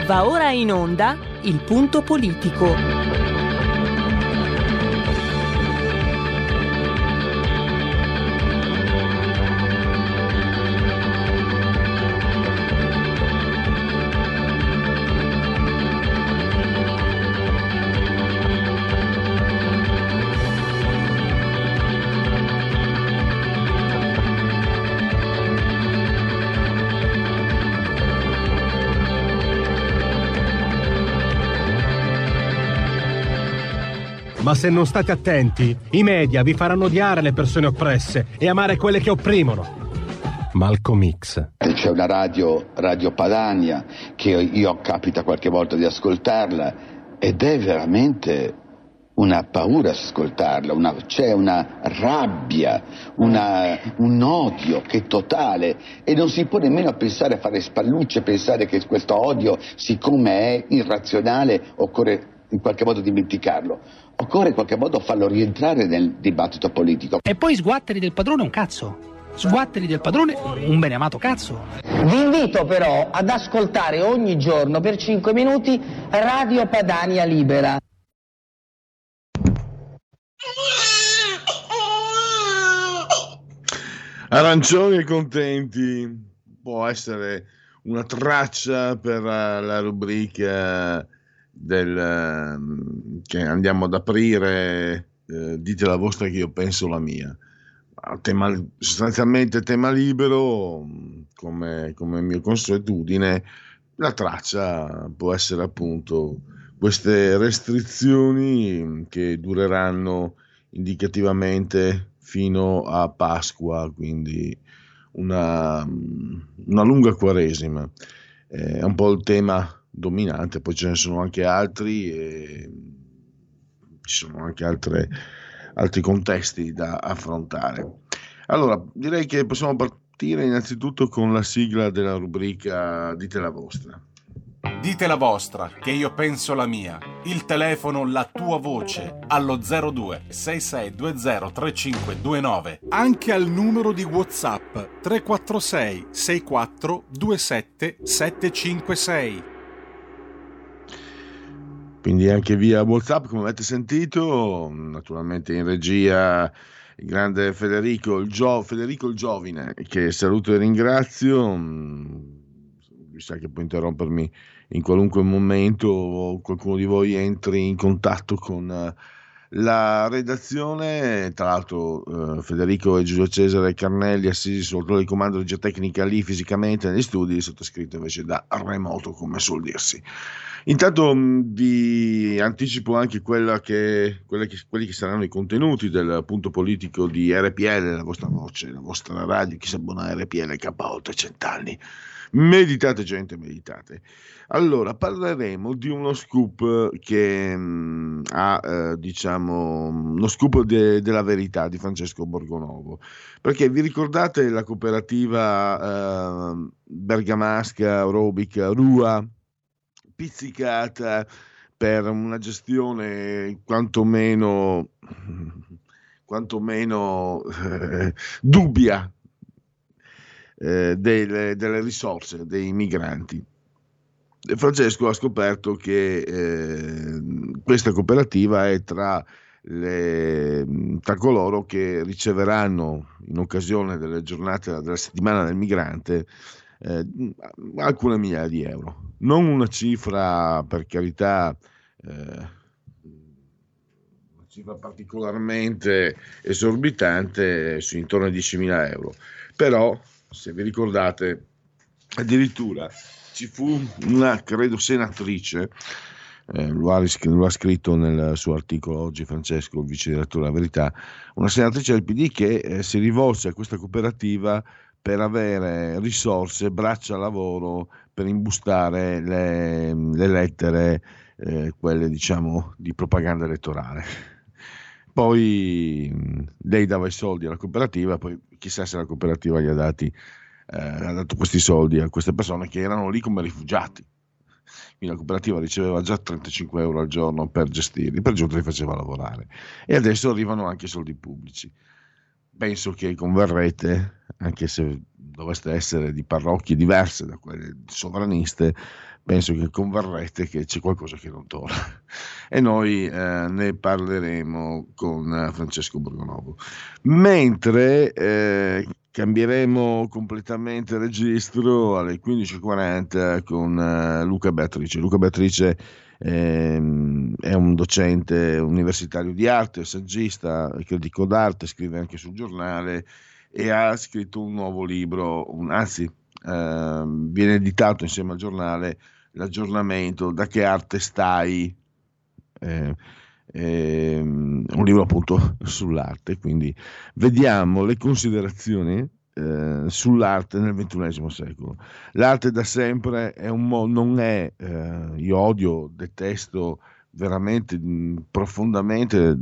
Va ora in onda Il Punto Politico. Ma se non state attenti, i media vi faranno odiare le persone oppresse e amare quelle che opprimono. Malcolm X. C'è una Radio Padania, che io capita qualche volta di ascoltarla, ed è veramente una paura ascoltarla, c'è una rabbia, un odio che è totale, e non si può nemmeno pensare a fare spallucce, pensare che questo odio, siccome è irrazionale, occorre in qualche modo dimenticarlo. Occorre in qualche modo farlo rientrare nel dibattito politico. E poi sguatteri del padrone un cazzo. Sguatteri del padrone un beneamato cazzo. Vi invito però ad ascoltare ogni giorno per 5 minuti Radio Padania Libera. Arancioni e contenti può essere una traccia per la rubrica che andiamo ad aprire, dite la vostra che io penso la mia. Sostanzialmente tema libero, come mia consuetudine. La traccia può essere appunto queste restrizioni che dureranno indicativamente fino a Pasqua, quindi una lunga quaresima. È un po' il tema dominante, poi ce ne sono anche altri e ci sono anche altri contesti da affrontare. Allora, direi che possiamo partire innanzitutto con la sigla della rubrica Dite la vostra. Dite la vostra, che io penso la mia. Il telefono, la tua voce, allo 02 6620 3529. Anche al numero di WhatsApp 346 64 27 756. Quindi anche via WhatsApp, come avete sentito, naturalmente in regia il grande Federico il Giovine, che saluto e ringrazio. Mi sa che può interrompermi in qualunque momento o qualcuno di voi entri in contatto con la redazione. Tra l'altro Federico e Giulio Cesare Carnelli assisi sul controllo di comando di regia tecnica lì fisicamente negli studi, sottoscritto invece da remoto, come suol dirsi. Intanto vi anticipo anche quelli che saranno i contenuti del punto politico di RPL, la vostra voce, la vostra radio. Chi si abbona a RPL campa oltre 100 anni. Meditate gente, meditate. Allora, parleremo di uno scoop che ha, uno scoop della verità di Francesco Borgonovo, perché vi ricordate la cooperativa bergamasca, aerobica, Rua, pizzicata per una gestione quantomeno dubbia delle risorse dei migranti. Francesco ha scoperto che questa cooperativa è tra coloro che riceveranno in occasione delle giornate della settimana del migrante alcune migliaia di euro. Non una cifra, per carità, una cifra particolarmente esorbitante, intorno ai 10.000 euro. Però, se vi ricordate, addirittura ci fu una, credo, senatrice, lo ha scritto nel suo articolo oggi Francesco, il vice direttore della Verità, una senatrice del PD che si rivolse a questa cooperativa per avere risorse, braccia a lavoro per imbustare le lettere, quelle diciamo di propaganda elettorale. Poi lei dava i soldi alla cooperativa, poi chissà se la cooperativa gli ha dato questi soldi a queste persone che erano lì come rifugiati. Quindi la cooperativa riceveva già 35 euro al giorno per gestirli, per giunta li faceva lavorare, e adesso arrivano anche soldi pubblici. Penso che converrete, anche se doveste essere di parrocchie diverse da quelle sovraniste, penso che converrete che c'è qualcosa che non torna e noi ne parleremo con Francesco Borgonovo. Mentre cambieremo completamente registro alle 15:40 con Luca Beatrice. Luca Beatrice è un docente universitario di arte, saggista, critico d'arte, scrive anche sul giornale e ha scritto un nuovo libro, viene editato insieme al giornale l'aggiornamento Da che arte stai, un libro appunto sull'arte, quindi vediamo le considerazioni sull'arte nel XXI secolo. L'arte da sempre è non è, io detesto veramente profondamente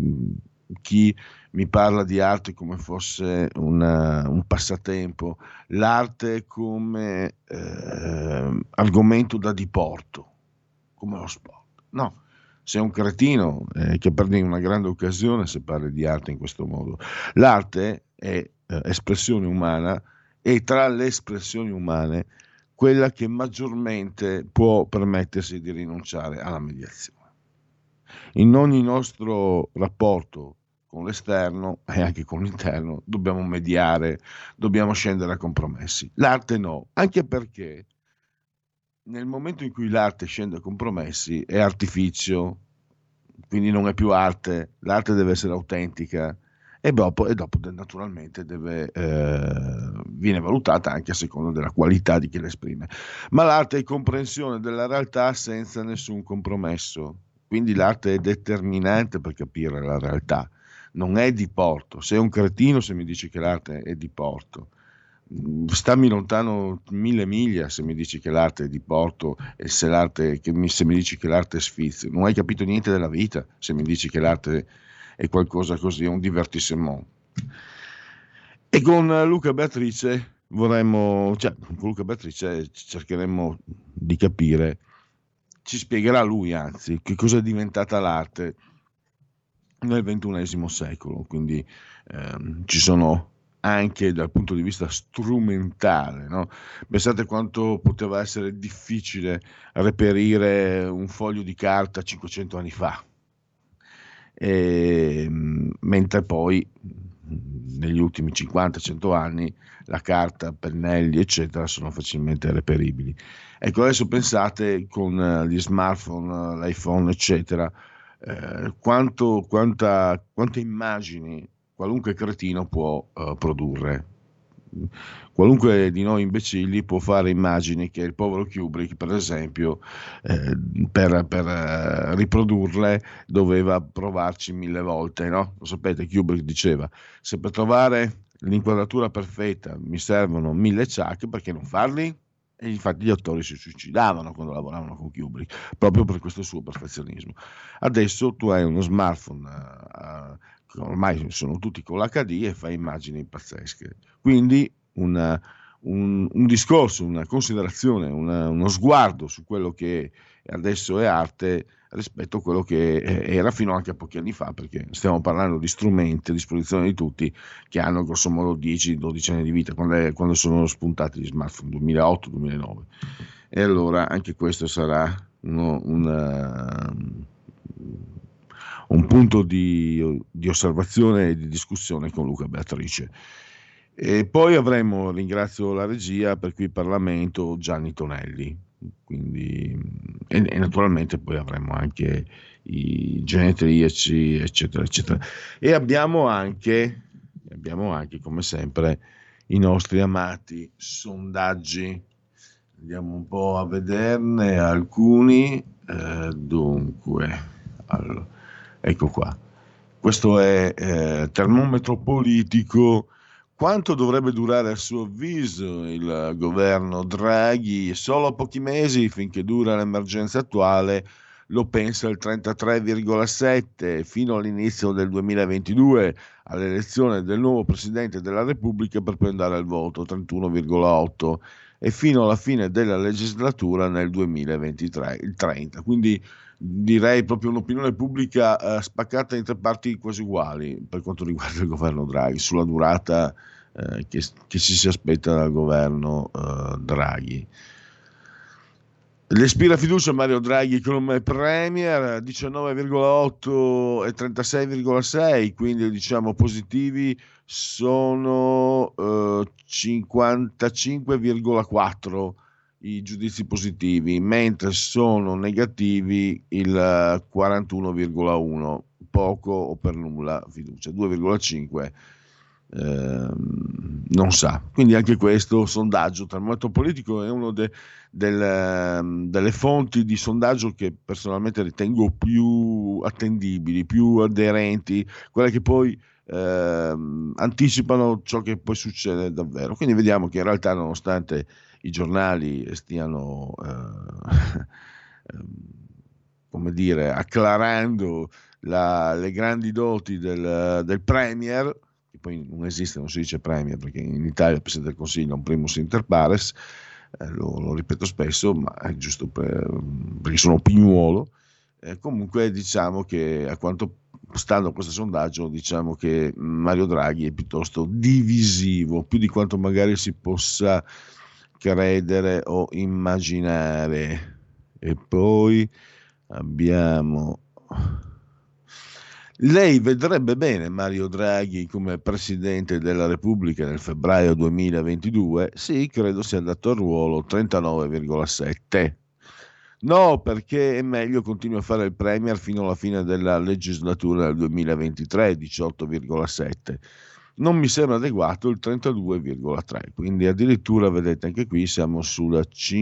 chi mi parla di arte come fosse un passatempo, l'arte come argomento da diporto, come lo sport. No, sei un cretino che perdi una grande occasione se parli di arte in questo modo. L'arte è espressione umana e tra le espressioni umane quella che maggiormente può permettersi di rinunciare alla mediazione. In ogni nostro rapporto con l'esterno e anche con l'interno dobbiamo mediare, dobbiamo scendere a compromessi. L'arte no, anche perché nel momento in cui l'arte scende a compromessi è artificio, quindi non è più arte, l'arte deve essere autentica e dopo naturalmente viene valutata anche a seconda della qualità di chi l'esprime. Ma l'arte è comprensione della realtà senza nessun compromesso, quindi l'arte è determinante per capire la realtà. Non è diporto. Sei un cretino se mi dici che l'arte è diporto. Stammi lontano 1000 miglia se mi dici che l'arte è diporto e se mi dici che l'arte è sfizio. Non hai capito niente della vita se mi dici che l'arte è qualcosa così, è un divertissement. E con Luca Beatrice con Luca Beatrice cercheremo di capire, ci spiegherà lui anzi, che cosa è diventata l'arte nel XXI secolo, quindi ci sono anche dal punto di vista strumentale, no? Pensate quanto poteva essere difficile reperire un foglio di carta 500 anni fa, mentre poi negli ultimi 50-100 anni la carta, pennelli eccetera sono facilmente reperibili. Ecco, adesso pensate con gli smartphone, l'iPhone eccetera, quante immagini qualunque cretino può produrre. Qualunque di noi imbecilli può fare immagini che il povero Kubrick, per esempio, per riprodurle doveva provarci 1000 volte, no? Lo sapete, Kubrick diceva: se per trovare l'inquadratura perfetta mi servono 1000 ciak, perché non farli? E infatti gli attori si suicidavano quando lavoravano con Kubrick, proprio per questo suo perfezionismo. Adesso tu hai uno smartphone, ormai sono tutti con l'HD e fai immagini pazzesche. Quindi un discorso, una considerazione, uno sguardo su quello che adesso è arte rispetto a quello che era fino anche a pochi anni fa, perché stiamo parlando di strumenti a disposizione di tutti che hanno grosso modo 10-12 anni di vita, quando sono spuntati gli smartphone, 2008-2009. E allora anche questo sarà un punto di osservazione e di discussione con Luca Beatrice. E poi avremo, ringrazio la regia, per qui Parlamento, Gianni Tonelli, quindi, e naturalmente poi avremo anche i genetriaci eccetera eccetera, e abbiamo anche come sempre i nostri amati sondaggi. Andiamo un po' a vederne alcuni. Dunque, allora, ecco qua, questo è termometro politico. Quanto dovrebbe durare a suo avviso il governo Draghi? Solo a pochi mesi, finché dura l'emergenza attuale, lo pensa il 33,7%, fino all'inizio del 2022, all'elezione del nuovo Presidente della Repubblica per poi andare al voto, 31,8%, e fino alla fine della legislatura nel 2023, il 30%. Quindi direi proprio un'opinione pubblica spaccata in tre parti quasi uguali per quanto riguarda il governo Draghi, sulla durata che ci si aspetta dal governo Draghi. Ispira fiducia Mario Draghi come Premier, 19,8 e 36,6, quindi diciamo positivi sono 55,4 i giudizi positivi, mentre sono negativi il 41,1, poco o per nulla fiducia, 2,5 non sa. Quindi anche questo sondaggio termometro politico è uno delle fonti di sondaggio che personalmente ritengo più attendibili, più aderenti, quelle che poi anticipano ciò che poi succede davvero. Quindi vediamo che in realtà, nonostante i giornali stiano come dire, acclarando le grandi doti del Premier, che poi non esiste, non si dice Premier, perché in Italia il Presidente del Consiglio è un primus inter pares, lo ripeto spesso, ma è giusto perché sono opiniuolo. Comunque diciamo che, a quanto stando a questo sondaggio, diciamo che Mario Draghi è piuttosto divisivo, più di quanto magari si possa credere o immaginare. E poi abbiamo: lei vedrebbe bene Mario Draghi come Presidente della Repubblica nel febbraio 2022? Sì, credo sia adatto al ruolo, 39,7. No, perché è meglio continui a fare il Premier fino alla fine della legislatura del 2023, 18,7. Non mi sembra adeguato il 32,3. Quindi addirittura, vedete, anche qui siamo sul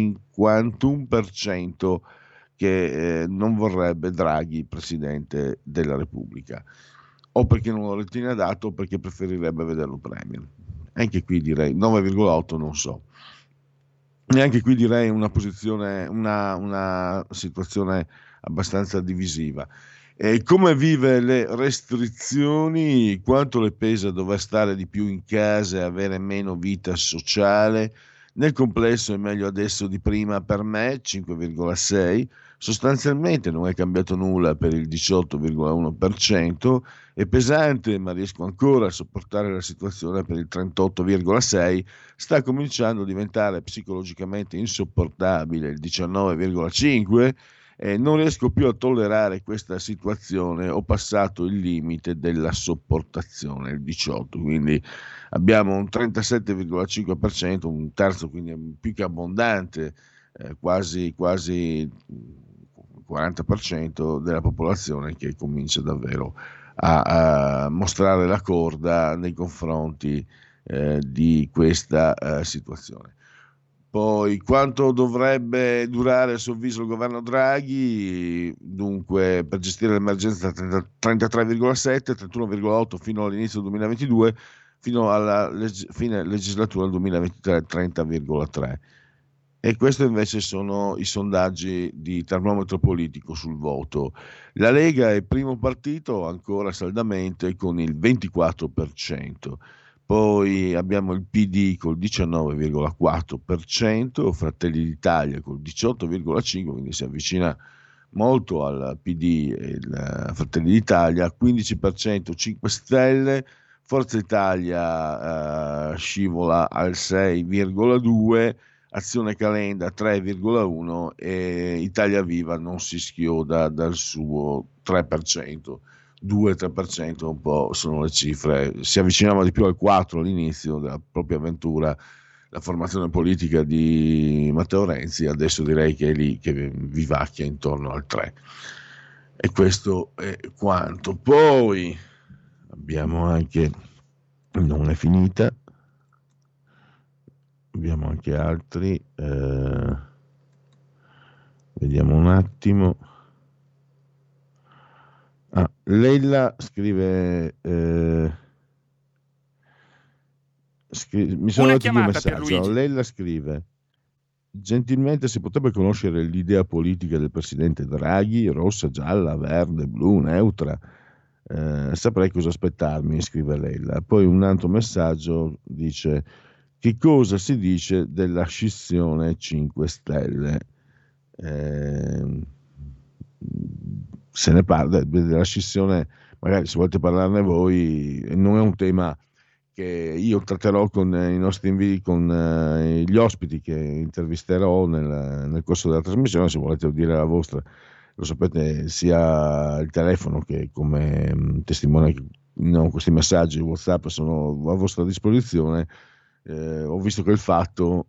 51% che non vorrebbe Draghi Presidente della Repubblica, o perché non lo ritiene adatto o perché preferirebbe vederlo Premier. Anche qui direi 9,8, non so. E anche qui direi una situazione abbastanza divisiva. E come vive le restrizioni? Quanto le pesa dover stare di più in casa e avere meno vita sociale? Nel complesso è meglio adesso di prima per me, 5,6. Sostanzialmente non è cambiato nulla per il 18,1%. È pesante, ma riesco ancora a sopportare la situazione per il 38,6%. Sta cominciando a diventare psicologicamente insopportabile il 19,5%. Non riesco più a tollerare questa situazione, ho passato il limite della sopportazione, il 18%, quindi abbiamo un 37,5%, un terzo, quindi più che abbondante, quasi 40% della popolazione che comincia davvero a mostrare la corda nei confronti di questa situazione. Poi, quanto dovrebbe durare a suo avviso il governo Draghi? Dunque, per gestire l'emergenza 33,7, 31,8 fino all'inizio del 2022, fino alla fine legislatura del 2023 30,3. E questo invece sono i sondaggi di termometro politico sul voto. La Lega è il primo partito ancora saldamente con il 24%. Poi abbiamo il PD col 19,4%, Fratelli d'Italia col 18,5%, quindi si avvicina molto al PD e il Fratelli d'Italia, 15% 5 Stelle, Forza Italia scivola al 6,2%, Azione Calenda 3,1% e Italia Viva non si schioda dal suo 3%. 2-3% un po' sono le cifre, si avvicinava di più al 4 all'inizio della propria avventura, la formazione politica di Matteo Renzi, adesso direi che è lì che vivacchia intorno al 3. E questo è quanto. Poi abbiamo anche, non è finita, abbiamo anche altri, vediamo un attimo. Leila scrive, mi sono Una letti due chiamata per messaggi. Luigi. Leila scrive: gentilmente si potrebbe conoscere l'idea politica del presidente Draghi, rossa, gialla, verde, blu, neutra? Saprei cosa aspettarmi, scrive Leila. Poi un altro messaggio dice: che cosa si dice della scissione 5 Stelle? Se ne parla della scissione, magari se volete parlarne voi, non è un tema che io tratterò con i nostri con gli ospiti che intervisterò nel corso della trasmissione. Se volete dire la vostra, lo sapete, sia il telefono che come testimone, no, questi messaggi WhatsApp sono a vostra disposizione. Ho visto che il Fatto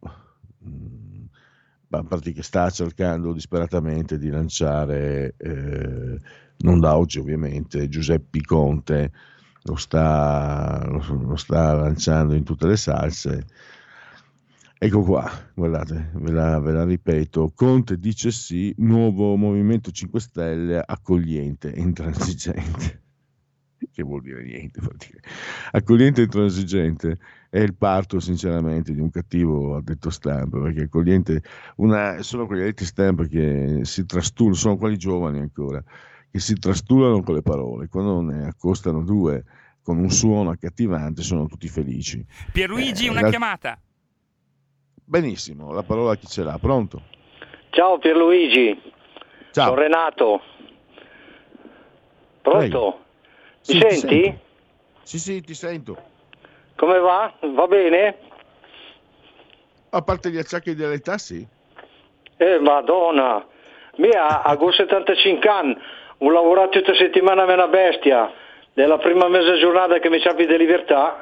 a parte che sta cercando disperatamente di lanciare, non da oggi ovviamente, Giuseppe Conte lo sta lanciando in tutte le salse. Ecco qua, guardate, ve la ripeto: Conte dice sì, nuovo Movimento 5 Stelle accogliente e intransigente. Che vuol dire niente, accogliente e intransigente è il parto sinceramente di un cattivo addetto stampa, perché accogliente sono quegli addetti stampa che si trastullano, sono quelli giovani ancora, che si trastullano con le parole, quando ne accostano due con un suono accattivante sono tutti felici. Pierluigi, una chiamata. Benissimo, la parola a chi ce l'ha, pronto? Ciao Pierluigi. Ciao. Sono Renato. Pronto? Prego. Mi senti? Sì, ti sento. Come va? Va bene? A parte gli acciacchi dell'età, sì. Madonna. Mia, a 75 anni, ho lavorato tutta la settimana come una bestia. Della prima mezza giornata che mi ciappi di libertà.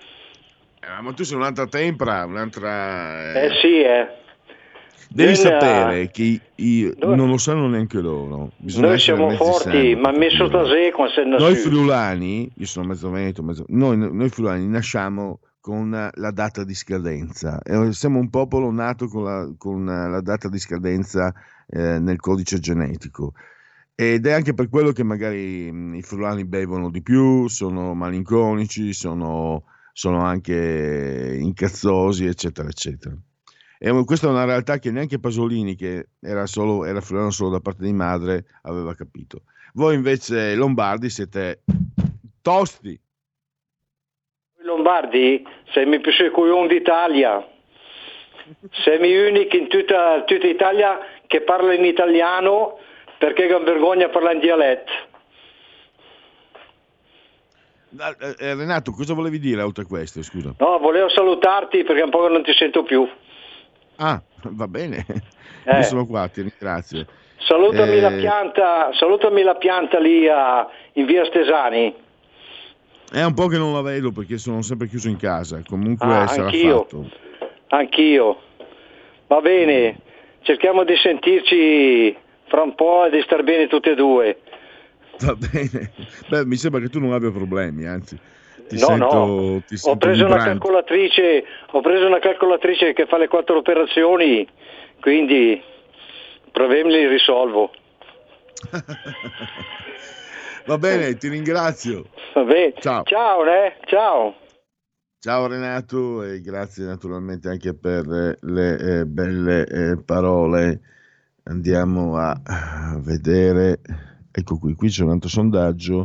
Ma tu sei un'altra tempra, un'altra... Sì, Devi sapere che non lo sanno neanche loro. Noi siamo forti, ma messo da sé noi friulani, io sono mezzo veneto, noi friulani nasciamo con la data di scadenza. Siamo un popolo nato con la data di scadenza nel codice genetico. Ed è anche per quello che magari i friulani bevono di più, sono malinconici, sono anche incazzosi, eccetera, eccetera. E questa è una realtà che neanche Pasolini, che era friulano solo da parte di madre, aveva capito. Voi invece lombardi siete tosti. Noi lombardi siamo i più coglioni d'Italia. Siamo gli unici in tutta Italia che parla in italiano, perché che vergogna parlare in dialetto. Renato, cosa volevi dire oltre a questo, scusa? No, volevo salutarti perché un po' che non ti sento più. Ah, va bene, io sono qua, ti ringrazio. Salutami la pianta lì in via Stesani. È un po' che non la vedo perché sono sempre chiuso in casa, comunque sarà anch'io. fatto. Anch'io. Va bene, cerchiamo di sentirci fra un po' e di star bene tutti e due. Va bene. Beh, mi sembra che tu non abbia problemi, anzi. Ti No. sento Ho preso una calcolatrice che fa le 4 operazioni, quindi i problemi li risolvo. Va bene, ti ringrazio. Va bene. Ciao. Ciao. Ciao Renato, e grazie naturalmente anche per le belle parole. Andiamo a vedere. Ecco qui c'è un altro sondaggio.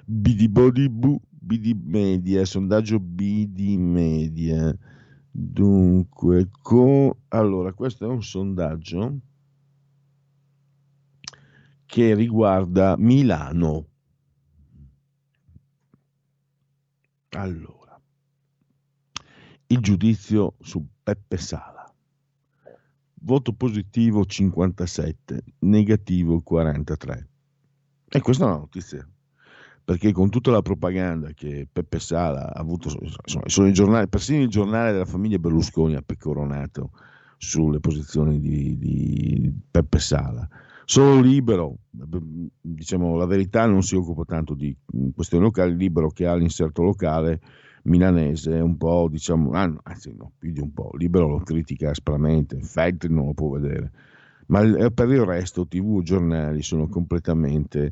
BD Media, sondaggio BD Media. Dunque, allora, questo è un sondaggio che riguarda Milano. Allora, il giudizio su Peppe Sala. Voto positivo 57, negativo 43. E questa è una notizia, perché con tutta la propaganda che Peppe Sala ha avuto, sono i giornali, persino il giornale della famiglia Berlusconi ha pecoronato sulle posizioni di Peppe Sala. Solo Libero, diciamo la verità, non si occupa tanto di questioni locali. Libero, che ha l'inserto locale milanese, un po', diciamo, anzi no, più di un po', Libero lo critica aspramente, Feltri non lo può vedere, ma per il resto TV, giornali sono completamente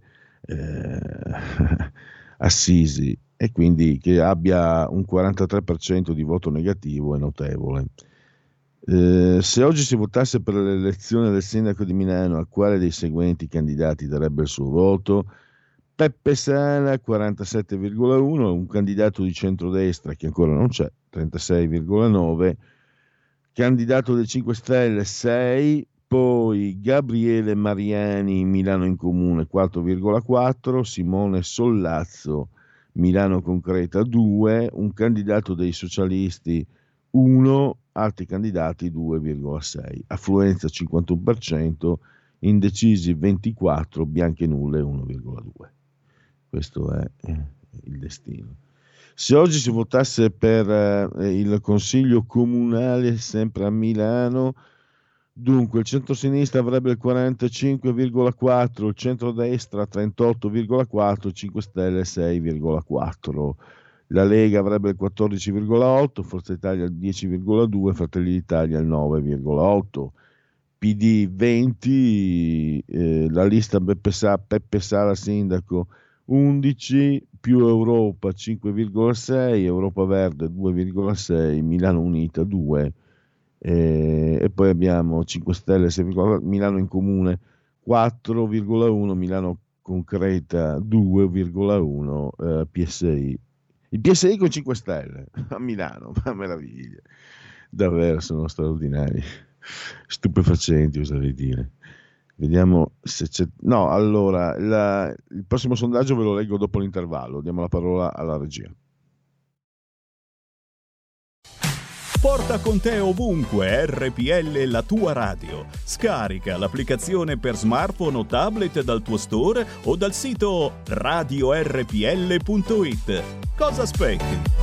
assisi, e quindi che abbia un 43% di voto negativo è notevole. Se oggi si votasse per l'elezione del sindaco di Milano, a quale dei seguenti candidati darebbe il suo voto? Peppe Sala 47,1, un candidato di centrodestra che ancora non c'è, 36,9, candidato del 5 Stelle 6, poi Gabriele Mariani, Milano in Comune 4,4, Simone Sollazzo, Milano Concreta 2, un candidato dei socialisti 1, altri candidati 2,6, affluenza 51%, indecisi 24, bianche nulle 1,2. Questo è il destino. Se oggi si votasse per il Consiglio Comunale sempre a Milano, dunque il centro-sinistra avrebbe il 45,4, il centrodestra 38,4, 5 Stelle 6,4, la Lega avrebbe il 14,8, Forza Italia il 10,2, Fratelli d'Italia il 9,8, PD 20, la lista Peppe Sala sindaco 11, più Europa 5,6, Europa Verde 2,6, Milano Unita 2, e poi abbiamo 5 Stelle 6,4, Milano in Comune 4,1, Milano Concreta 2,1, PSI. Il PSI con 5 Stelle a Milano, ma meraviglia, davvero sono straordinari, stupefacenti oserei dire. Vediamo se c'è... No, allora, il prossimo sondaggio ve lo leggo dopo l'intervallo. Diamo la parola alla regia. Porta con te ovunque RPL, la tua radio. Scarica l'applicazione per smartphone o tablet dal tuo store o dal sito radiorpl.it. Cosa aspetti?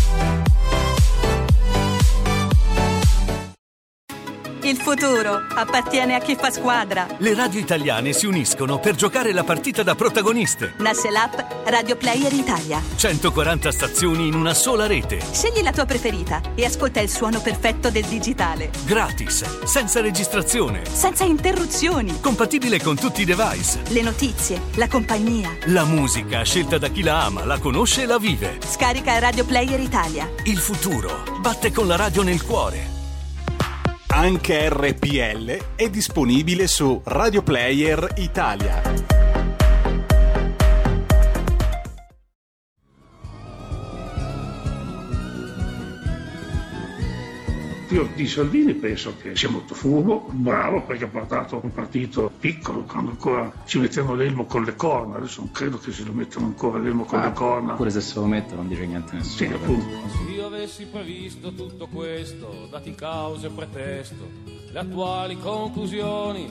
Il futuro appartiene a chi fa squadra. Le radio italiane si uniscono per giocare la partita da protagoniste. Nasce l'app Radio Player Italia. 140 stazioni in una sola rete. Scegli la tua preferita e ascolta il suono perfetto del digitale. Gratis, senza registrazione. Senza interruzioni. Compatibile con tutti i device. Le notizie, la compagnia. La musica scelta da chi la ama, la conosce e la vive. Scarica Radio Player Italia. Il futuro batte con la radio nel cuore. Anche RPL è disponibile su Radio Player Italia. Io di Salvini penso che sia molto furbo, bravo, perché ha portato un partito piccolo, quando ancora ci mettevano l'elmo con le corna, adesso non credo che se lo mettano ancora l'elmo con le corna. Pure se se lo mettono non dice niente a nessuno. Sì, appunto. Se io avessi previsto tutto questo, dati cause e pretesto, le attuali conclusioni,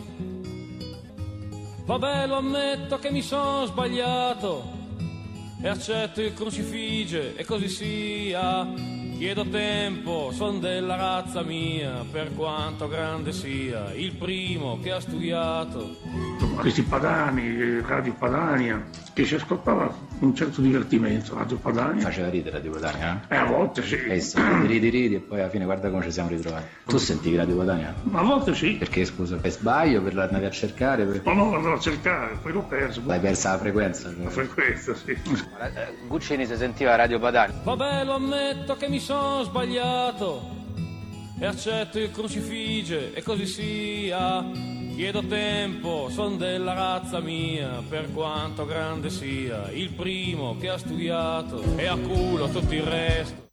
vabbè, lo ammetto che mi sono sbagliato e accetto il crucifige e così sia. Chiedo tempo, son della razza mia, per quanto grande sia, il primo che ha studiato. Questi Padani, Radio Padania, che si ascoltava un certo divertimento, Radio Padania. Faceva ridere Radio Padania, a volte sì. Ridi e poi alla fine guarda come ci siamo ritrovati. Tu sentivi Radio Padania? A volte sì. Perché scusa, per sbaglio, per l'andare a cercare? No, andavo a cercare, poi l'ho perso. L'hai persa la frequenza? La frequenza, sì. Guccini si sentiva Radio Padania. Vabbè, lo ammetto che mi sono sbagliato e accetto il crucifige e così sia. Chiedo tempo, son della razza mia, per quanto grande sia, il primo che ha studiato e a culo tutto il resto.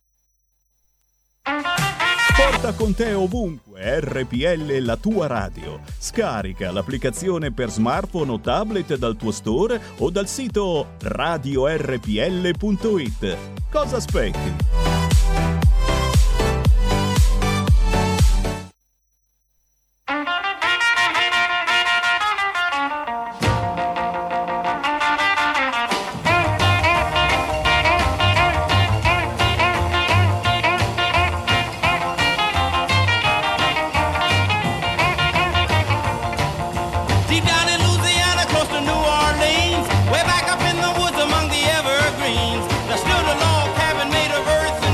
Porta con te ovunque RPL, la tua radio. Scarica l'applicazione per smartphone o tablet dal tuo store o dal sito radiorpl.it. Cosa aspetti? Way back up in the woods among the evergreens, there stood a log cabin made of earth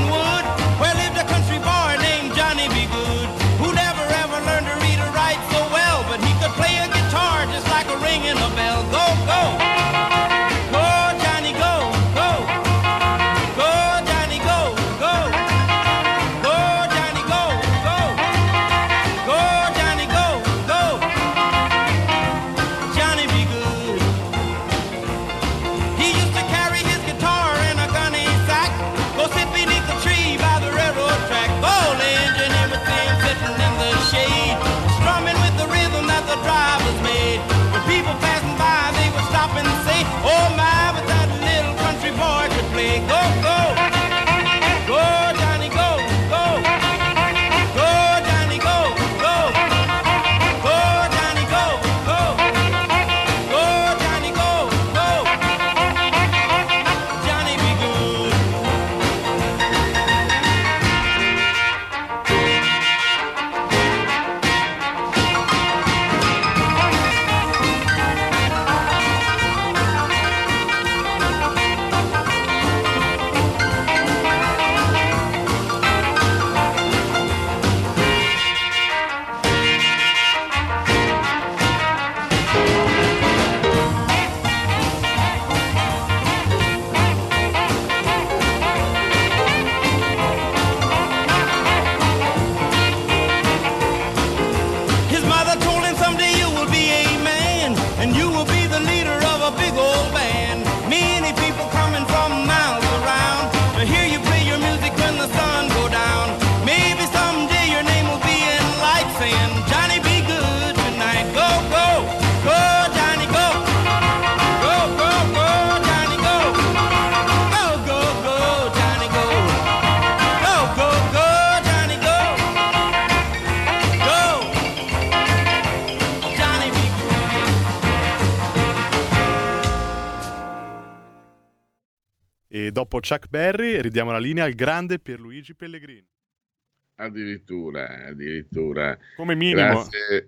E dopo Chuck Berry ridiamo la linea al grande Pierluigi Pellegrini. Addirittura. Come minimo.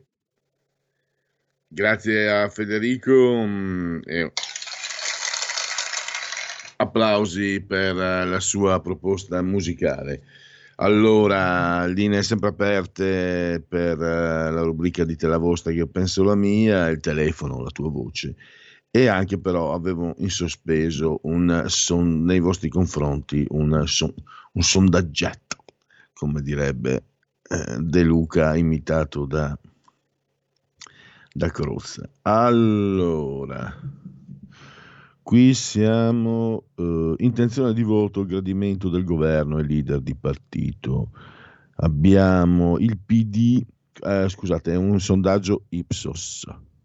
Grazie a Federico. Applausi per la sua proposta musicale. Allora, linee sempre aperte per la rubrica Dite la vostra, che io penso la mia, il telefono, la tua voce. E anche però avevo in sospeso nei vostri confronti un sondaggetto, come direbbe De Luca, imitato da Crozza. Allora, qui siamo, intenzione di voto, gradimento del governo e leader di partito. Abbiamo il PD, scusate, è un sondaggio Ipsos,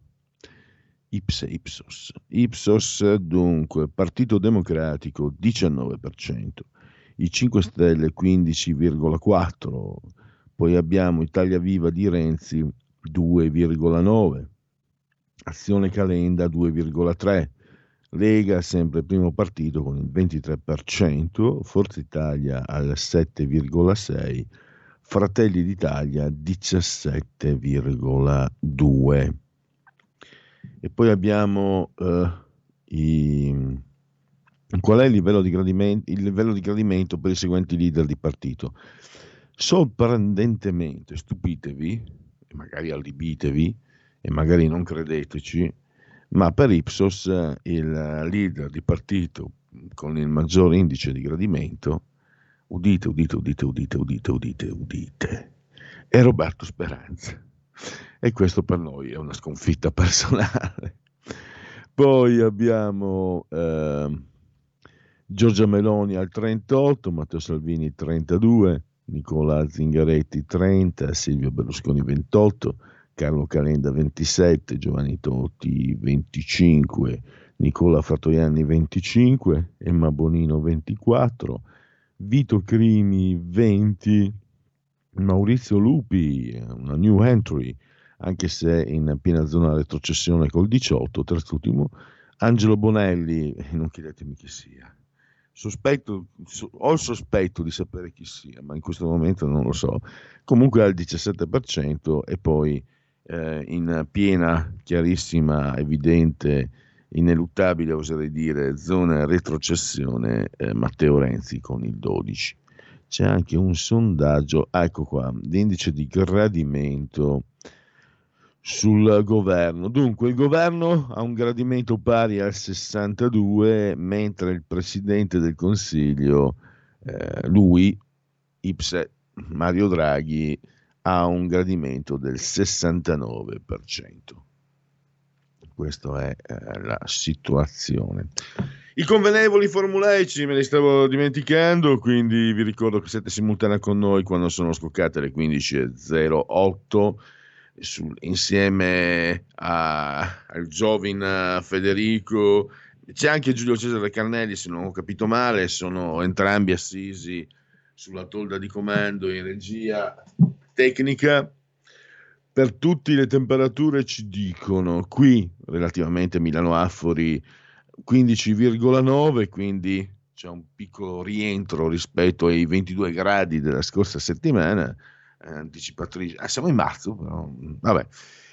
dunque, Partito Democratico 19%, i 5 Stelle 15,4%, poi abbiamo Italia Viva di Renzi 2,9%, Azione Calenda 2,3%, Lega sempre primo partito con il 23%, Forza Italia al 7,6%, Fratelli d'Italia 17,2%. E poi abbiamo qual è il livello di gradimento per i seguenti leader di partito. Sorprendentemente, stupitevi, e magari allibitevi, e magari non credeteci, ma per Ipsos il leader di partito con il maggior indice di gradimento, udite, è Roberto Speranza. E questo per noi è una sconfitta personale. Poi abbiamo Giorgia Meloni al 38%, Matteo Salvini 32%, Nicola Zingaretti 30%, Silvio Berlusconi 28%, Carlo Calenda 27%, Giovanni Totti 25%, Nicola Fratoianni 25%, Emma Bonino 24%, Vito Crimi 20%, Maurizio Lupi, una new entry, anche se in piena zona retrocessione col 18%, terzultimo, Angelo Bonelli, non chiedetemi chi sia, ho il sospetto di sapere chi sia, ma in questo momento non lo so, comunque al 17%, e poi in piena, chiarissima, evidente, ineluttabile, oserei dire, zona retrocessione, Matteo Renzi con il 12%. C'è anche un sondaggio, ecco qua, l'indice di gradimento sul governo. Dunque il governo ha un gradimento pari al 62%, mentre il Presidente del Consiglio, lui, Ipse Mario Draghi, ha un gradimento del 69%. Questa è la situazione. I convenevoli formulaici me li stavo dimenticando, quindi vi ricordo che siete simultanei con noi quando sono scoccate le 15.08 insieme al Giovin Federico. C'è anche Giulio Cesare Carnelli, se non ho capito male, sono entrambi assisi sulla tolda di comando in regia tecnica. Per tutti le temperature ci dicono qui relativamente Milano Affori 15,9, quindi c'è un piccolo rientro rispetto ai 22 gradi della scorsa settimana, anticipatrice. Siamo in marzo, però vabbè.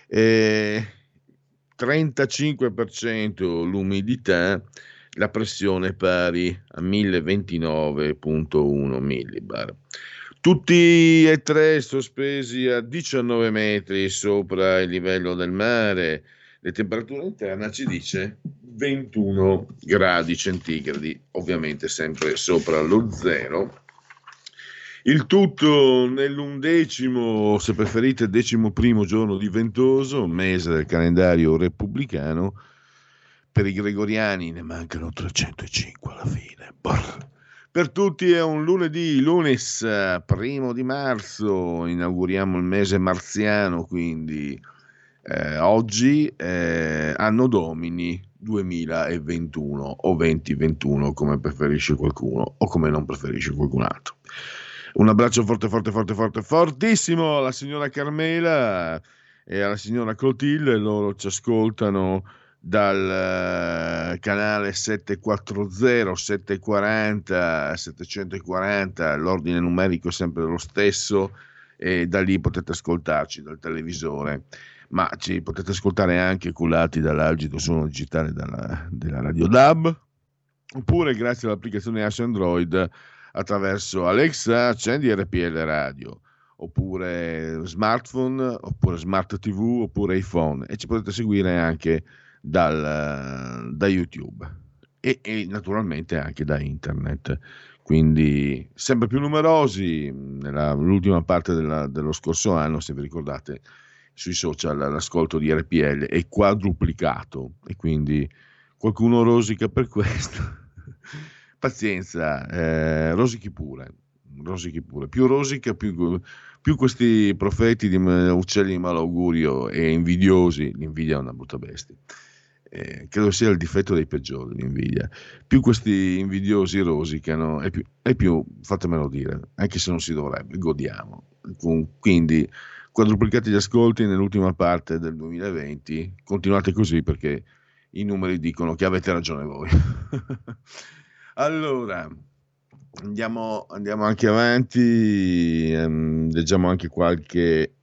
35% l'umidità, la pressione pari a 1029,1 millibar. Tutti e tre sospesi a 19 metri sopra il livello del mare. Le temperature interne ci dice 21 gradi centigradi, ovviamente sempre sopra lo zero. Il tutto nell'11°, se preferite 11° giorno di ventoso, mese del calendario repubblicano. Per i gregoriani ne mancano 305 alla fine. Per tutti è un lunedì, lunes 1 di marzo, inauguriamo il mese marziano, quindi oggi anno domini 2021 o 2021, come preferisce qualcuno o come non preferisce qualcun altro. Un abbraccio fortissimo alla signora Carmela e alla signora Clotilde, loro ci ascoltano dal canale 740, 740, 740, l'ordine numerico è sempre lo stesso, e da lì potete ascoltarci dal televisore, ma ci potete ascoltare anche cullati dall'algido suono digitale della Radio DAB, oppure grazie all'applicazione iOS Android attraverso Alexa accendi RPL Radio, oppure smartphone, oppure smart TV, oppure iPhone, e ci potete seguire anche da YouTube e naturalmente anche da internet. Quindi sempre più numerosi. Nell'ultima parte dello scorso anno, se vi ricordate, sui social l'ascolto di RPL è quadruplicato, e quindi qualcuno rosica per questo. Pazienza, rosichi pure, più rosica, più questi profeti di uccelli di malaugurio e invidiosi. L'invidia è una brutta bestia, credo sia il difetto dei peggiori, l'invidia. Più questi invidiosi rosicano e più, fatemelo dire, anche se non si dovrebbe, godiamo. Quindi quadruplicati gli ascolti nell'ultima parte del 2020, continuate così perché i numeri dicono che avete ragione voi. Allora andiamo anche avanti, leggiamo anche qualche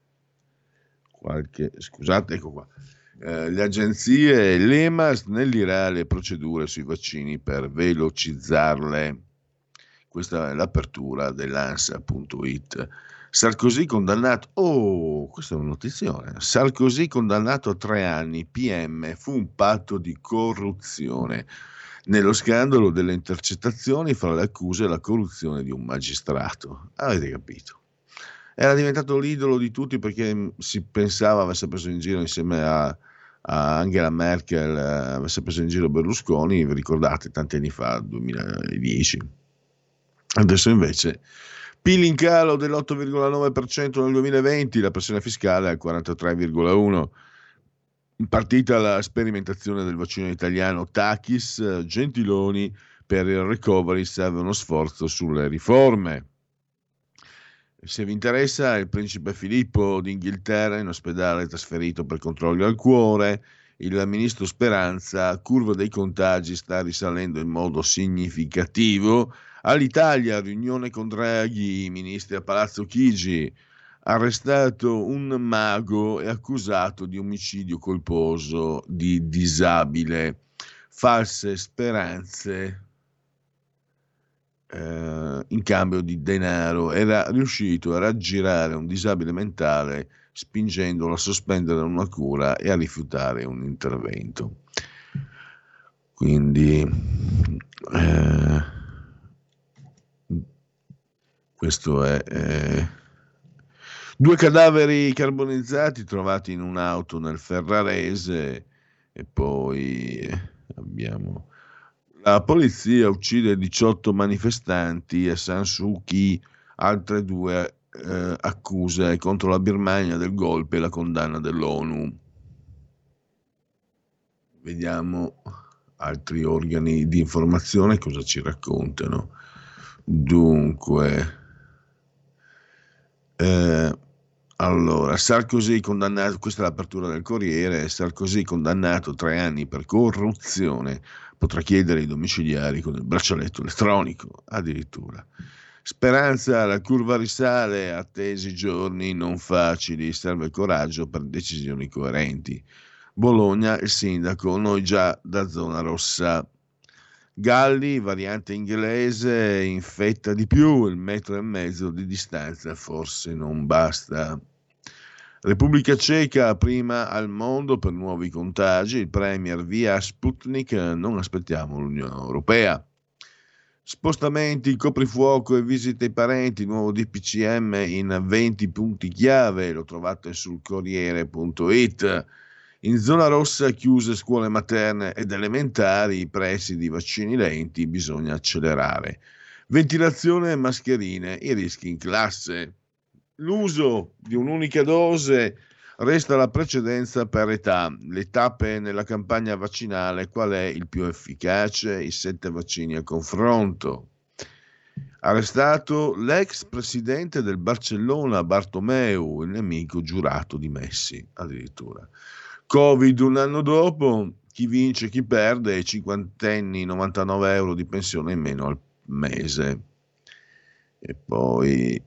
scusate, ecco qua. Le agenzie, l'EMA snellirà le procedure sui vaccini per velocizzarle. Questa è l'apertura dell'ANSA.it. Sarkozy condannato, questa è una notizione, Sarkozy condannato a 3 anni, PM, fu un patto di corruzione. Nello scandalo delle intercettazioni fra le accuse e la corruzione di un magistrato. Avete capito? Era diventato l'idolo di tutti perché si pensava avesse preso in giro insieme a Angela Merkel, avesse preso in giro Berlusconi, vi ricordate, tanti anni fa, 2010. Adesso invece PIL in calo dell'8,9% nel 2020, la pressione fiscale al 43,1%. Partita la sperimentazione del vaccino italiano Takis, Gentiloni per il recovery serve uno sforzo sulle riforme. Se vi interessa, il principe Filippo d'Inghilterra in ospedale trasferito per controlli al cuore, il ministro Speranza, curva dei contagi sta risalendo in modo significativo. All'Italia, riunione con Draghi, i ministri a Palazzo Chigi. Arrestato un mago e accusato di omicidio colposo di disabile. False speranze in cambio di denaro. Era riuscito a raggirare un disabile mentale spingendolo a sospendere una cura e a rifiutare un intervento. Quindi questo è 2 cadaveri carbonizzati trovati in un'auto nel Ferrarese. E poi abbiamo la polizia uccide 18 manifestanti a San Suu Kyi, altre 2 accuse contro la Birmania del golpe e la condanna dell'ONU. Vediamo altri organi di informazione cosa ci raccontano. Dunque allora, Sarkozy condannato, questa è l'apertura del Corriere, Sarkozy condannato 3 anni per corruzione, potrà chiedere i domiciliari con il braccialetto elettronico, addirittura. Speranza, la curva risale, attesi giorni non facili, serve coraggio per decisioni coerenti. Bologna, il sindaco, noi già da zona rossa. Galli, variante inglese, infetta di più, il 1,5 metri di distanza forse non basta. Repubblica Ceca, prima al mondo per nuovi contagi, il premier via Sputnik, non aspettiamo l'Unione Europea. Spostamenti, coprifuoco e visite ai parenti, nuovo DPCM in 20 punti chiave, lo trovate sul Corriere.it. In zona rossa chiuse scuole materne ed elementari, i prezzi di vaccini lenti, bisogna accelerare. Ventilazione e mascherine, i rischi in classe. L'uso di un'unica dose resta la precedenza per età. Le tappe nella campagna vaccinale, qual è il più efficace? I 7 vaccini a confronto. Arrestato l'ex presidente del Barcellona Bartomeu, il nemico giurato di Messi, addirittura. Covid un anno dopo, chi vince e chi perde, i cinquantenni 99 euro di pensione in meno al mese. E poi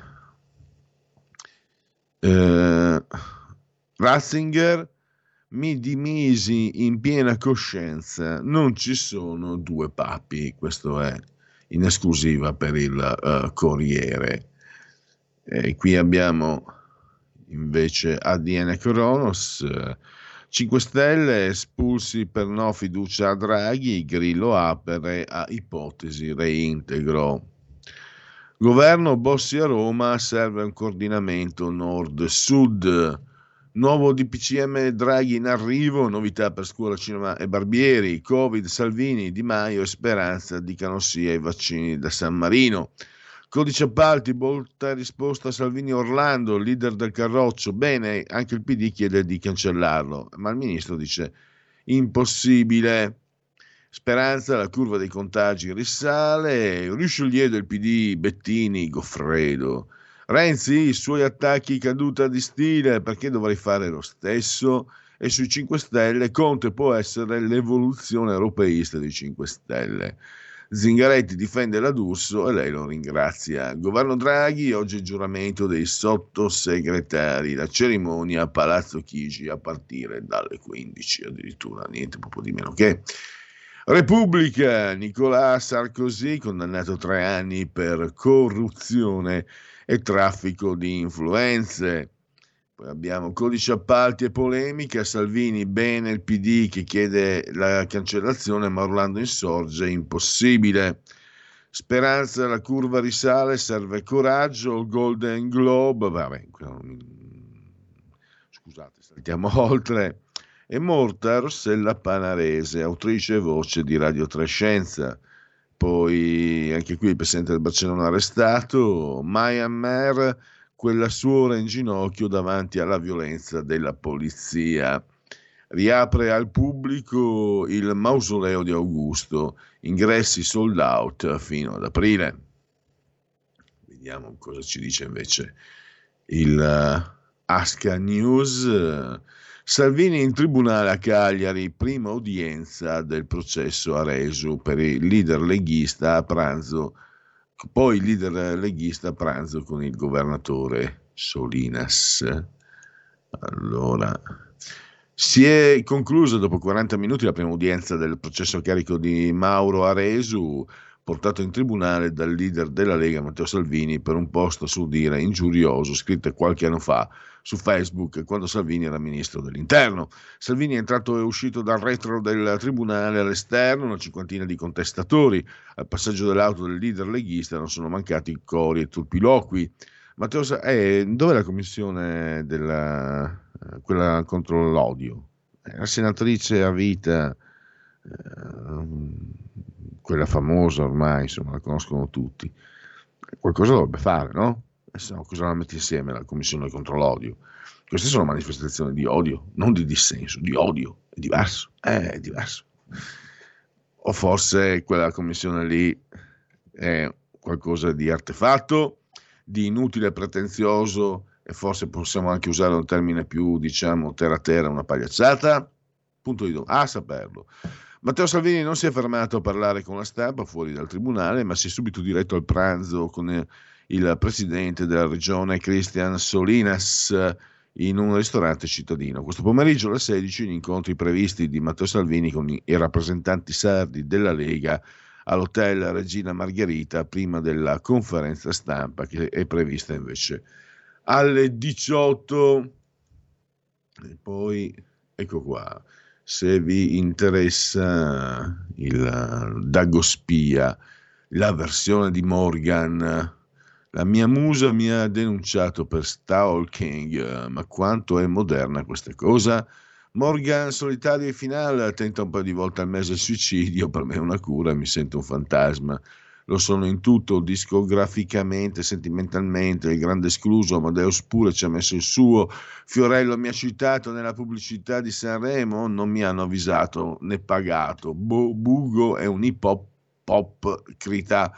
Ratzinger: mi dimisi in piena coscienza, non ci sono due papi. Questo è in esclusiva per il Corriere. E qui abbiamo invece ADN Cronos, 5 Stelle espulsi per no fiducia a Draghi, Grillo apre a ipotesi reintegro. Governo Bossi a Roma, serve un coordinamento nord-sud. Nuovo DPCM Draghi in arrivo, novità per scuola, cinema e barbieri. Covid, Salvini, Di Maio e Speranza dicano sì ai vaccini da San Marino. Codice appalti, volta e risposta a Salvini Orlando, leader del Carroccio. Bene, anche il PD chiede di cancellarlo, ma il ministro dice impossibile. Speranza, la curva dei contagi risale. Richelieu del PD, Bettini, Goffredo. Renzi, i suoi attacchi caduta di stile, perché dovrei fare lo stesso? E sui 5 Stelle, Conte può essere l'evoluzione europeista dei 5 Stelle. Zingaretti difende la D'Urso e lei lo ringrazia. Governo Draghi, oggi il giuramento dei sottosegretari, la cerimonia a Palazzo Chigi a partire dalle 15, addirittura niente proprio di meno che. Repubblica, Nicolas Sarkozy condannato 3 anni per corruzione e traffico di influenze. Poi abbiamo codice appalti e polemica, Salvini, bene il PD che chiede la cancellazione, ma Orlando insorge, impossibile. Speranza, la curva risale, serve coraggio, Golden Globe, vabbè, scusate, saltiamo oltre. È morta Rossella Panarese, autrice e voce di Radio 3 Scienza. Poi anche qui il presidente del Barcellona arrestato. Myanmar, quella suora in ginocchio davanti alla violenza della polizia. Riapre al pubblico il mausoleo di Augusto, ingressi sold out fino ad aprile. Vediamo cosa ci dice invece il Asca News. Salvini in tribunale a Cagliari, prima udienza del processo Aresu per il leader leghista a pranzo, poi il leader leghista a pranzo con il governatore Solinas. Allora, si è conclusa dopo 40 minuti la prima udienza del processo a carico di Mauro Aresu, portato in tribunale dal leader della Lega Matteo Salvini per un post su Dire ingiurioso scritto qualche anno fa su Facebook quando Salvini era ministro dell'interno. Salvini è entrato e uscito dal retro del tribunale all'esterno, una cinquantina di contestatori. Al passaggio dell'auto del leader leghista non sono mancati cori e turpiloqui. Matteo, dov'è la commissione quella contro l'odio? La senatrice a vita, quella famosa ormai, insomma, la conoscono tutti. Qualcosa dovrebbe fare, no? Se no, cosa la metti insieme la commissione contro l'odio? Queste sono manifestazioni di odio, non di dissenso, di odio. È diverso, è diverso. O forse quella commissione lì è qualcosa di artefatto, di inutile, pretenzioso, e forse possiamo anche usare un termine più, diciamo, terra, una pagliacciata? Punto di domanda, a saperlo. Matteo Salvini non si è fermato a parlare con la stampa fuori dal tribunale, ma si è subito diretto al pranzo con il presidente della regione Cristian Solinas in un ristorante cittadino. Questo pomeriggio alle 16 gli incontri previsti di Matteo Salvini con i rappresentanti sardi della Lega all'hotel Regina Margherita prima della conferenza stampa che è prevista invece alle 18. E poi ecco qua, se vi interessa il Dagospia, la versione di Morgan. La mia musa mi ha denunciato per stalking, ma quanto è moderna questa cosa? Morgan, solitario e finale, tenta un paio di volte al mese il suicidio, per me è una cura, mi sento un fantasma. Lo sono in tutto, discograficamente, sentimentalmente, il grande escluso, Amadeus pure ci ha messo il suo, Fiorello mi ha citato nella pubblicità di Sanremo, non mi hanno avvisato né pagato, Bugo è un hip hop crita.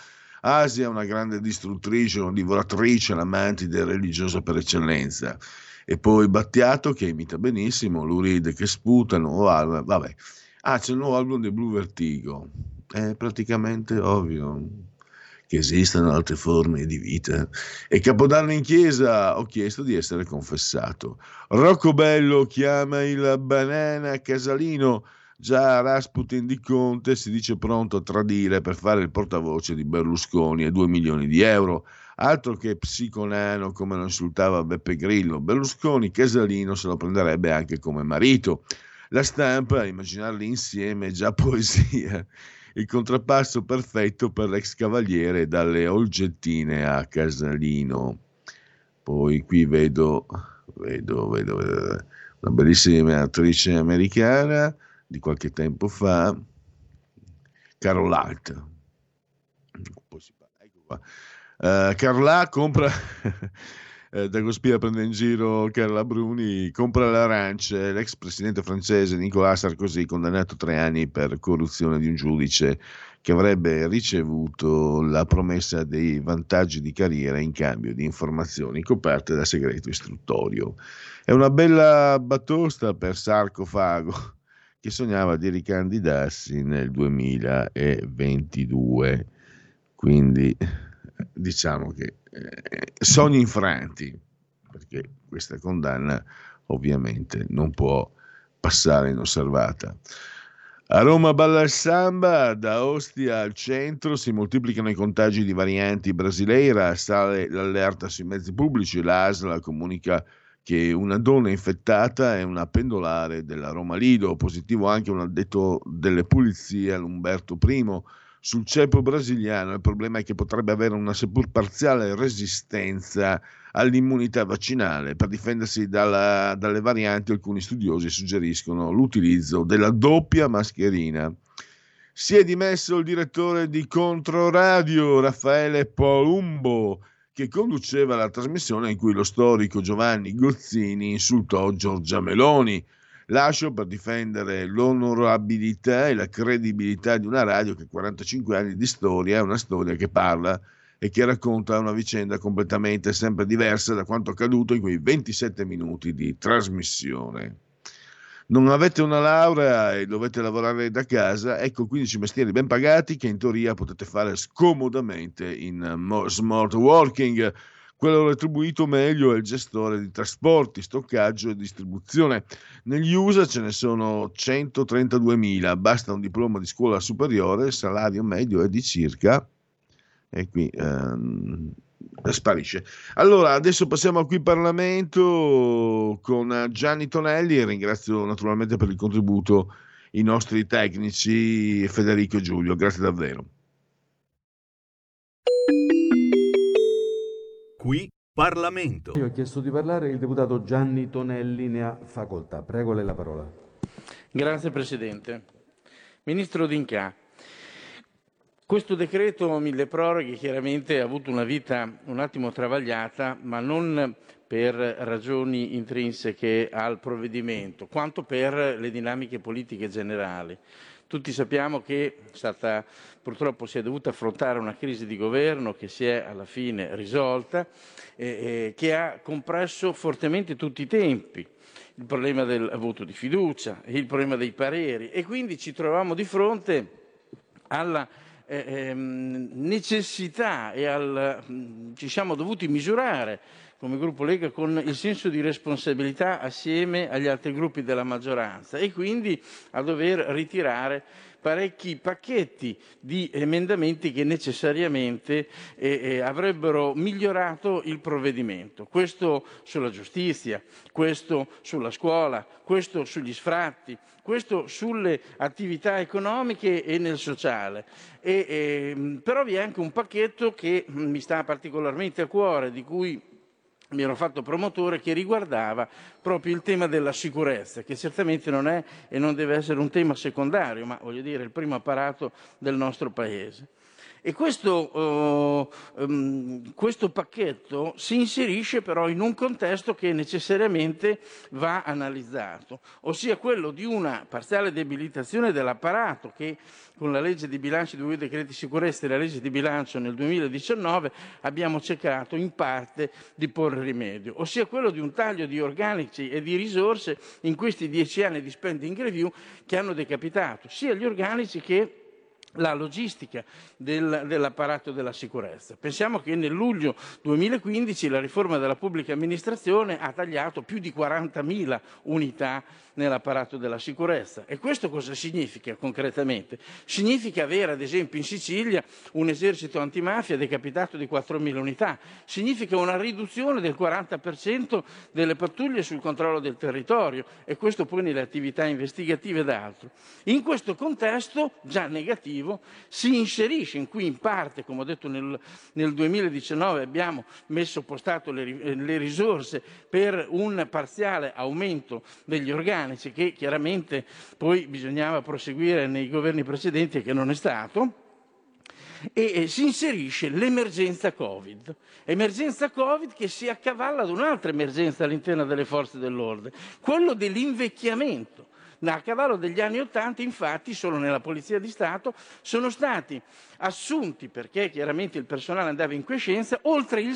Asia è una grande distruttrice, una divoratrice, la mantide religiosa per eccellenza. E poi Battiato che imita benissimo, Lurid che sputa, vabbè. C'è il nuovo album dei Blue Vertigo. È praticamente ovvio che esistano altre forme di vita. E Capodanno in chiesa ho chiesto di essere confessato. Rocco Bello chiama il Banana Casalino. Già Rasputin di Conte si dice pronto a tradire per fare il portavoce di Berlusconi e 2 milioni di euro. Altro che psiconano come lo insultava Beppe Grillo. Berlusconi Casalino se lo prenderebbe anche come marito. La Stampa, immaginarli insieme è già poesia. Il contrappasso perfetto per l'ex cavaliere dalle Olgettine a Casalino. Poi qui vedo una bellissima attrice americana di qualche tempo fa, Carol Alt. Ecco qua. Carla compra Dagospia prende in giro Carla Bruni, compra le arance. L'ex presidente francese Nicolas Sarkozy condannato 3 anni per corruzione di un giudice che avrebbe ricevuto la promessa dei vantaggi di carriera in cambio di informazioni coperte da segreto istruttorio. È una bella batosta per Sarcofago che sognava di ricandidarsi nel 2022, quindi diciamo che sogni infranti, perché questa condanna ovviamente non può passare inosservata. A Roma balla il samba, da Ostia al centro si moltiplicano i contagi di varianti brasileira, sale l'allerta sui mezzi pubblici, l'ASL comunica che una donna infettata è una pendolare della Roma Lido, positivo anche un addetto delle pulizie all'Umberto I. Sul ceppo brasiliano il problema è che potrebbe avere una seppur parziale resistenza all'immunità vaccinale. Per difendersi dalle varianti alcuni studiosi suggeriscono l'utilizzo della doppia mascherina. Si è dimesso il direttore di Controradio, Raffaele Palumbo, che conduceva la trasmissione in cui lo storico Giovanni Gozzini insultò Giorgia Meloni. Lascio per difendere l'onorabilità e la credibilità di una radio che 45 anni di storia è una storia che parla e che racconta una vicenda completamente sempre diversa da quanto accaduto in quei 27 minuti di trasmissione. Non avete una laurea e dovete lavorare da casa, ecco 15 mestieri ben pagati che in teoria potete fare scomodamente in smart working. Quello retribuito meglio è il gestore di trasporti, stoccaggio e distribuzione. Negli USA ce ne sono 132.000, basta un diploma di scuola superiore, il salario medio è di circa... E qui sparisce. Allora, adesso passiamo al Qui Parlamento con Gianni Tonelli, ringrazio naturalmente per il contributo i nostri tecnici Federico e Giulio, grazie davvero. Qui Parlamento. Io ho chiesto di parlare, il deputato Gianni Tonelli ne ha facoltà. Prego, lei la parola. Grazie Presidente. Ministro D'Incà, questo decreto milleproroghe chiaramente ha avuto una vita un attimo travagliata, ma non per ragioni intrinseche al provvedimento, quanto per le dinamiche politiche generali. Tutti sappiamo che purtroppo si è dovuta affrontare una crisi di governo che si è alla fine risolta, che ha compresso fortemente tutti i tempi, il problema del voto di fiducia, il problema dei pareri, e quindi ci troviamo di fronte alla necessità e ci siamo dovuti misurare come gruppo Lega con il senso di responsabilità assieme agli altri gruppi della maggioranza e quindi a dover ritirare parecchi pacchetti di emendamenti che necessariamente avrebbero migliorato il provvedimento. Questo sulla giustizia, questo sulla scuola, questo sugli sfratti, questo sulle attività economiche e nel sociale. Però vi è anche un pacchetto che mi sta particolarmente a cuore, di cui mi ero fatto promotore, che riguardava proprio il tema della sicurezza, che certamente non è e non deve essere un tema secondario, ma voglio dire il primo apparato del nostro Paese. E questo pacchetto si inserisce però in un contesto che necessariamente va analizzato, ossia quello di una parziale debilitazione dell'apparato che con la legge di bilancio, due decreti sicurezza e la legge di bilancio nel 2019 abbiamo cercato in parte di porre rimedio, ossia quello di un taglio di organici e di risorse in questi 10 anni di spending review che hanno decapitato sia gli organici che la logistica dell'apparato della sicurezza. Pensiamo che nel luglio 2015 la riforma della pubblica amministrazione ha tagliato più di 40.000 unità nell'apparato della sicurezza. E questo cosa significa concretamente? Significa avere, ad esempio, in Sicilia un esercito antimafia decapitato di 4.000 unità. Significa una riduzione del 40% delle pattuglie sul controllo del territorio, e questo poi nelle attività investigative ed altro. In questo contesto già negativo si inserisce, in cui in parte, come ho detto nel 2019 abbiamo postato le risorse per un parziale aumento degli organici, che chiaramente poi bisognava proseguire nei governi precedenti e che non è stato, e si inserisce l'emergenza Covid. Emergenza Covid che si accavalla ad un'altra emergenza all'interno delle forze dell'ordine, quello dell'invecchiamento. A cavallo degli anni '80, infatti, solo nella Polizia di Stato sono stati assunti, perché chiaramente il personale andava in quiescenza, oltre il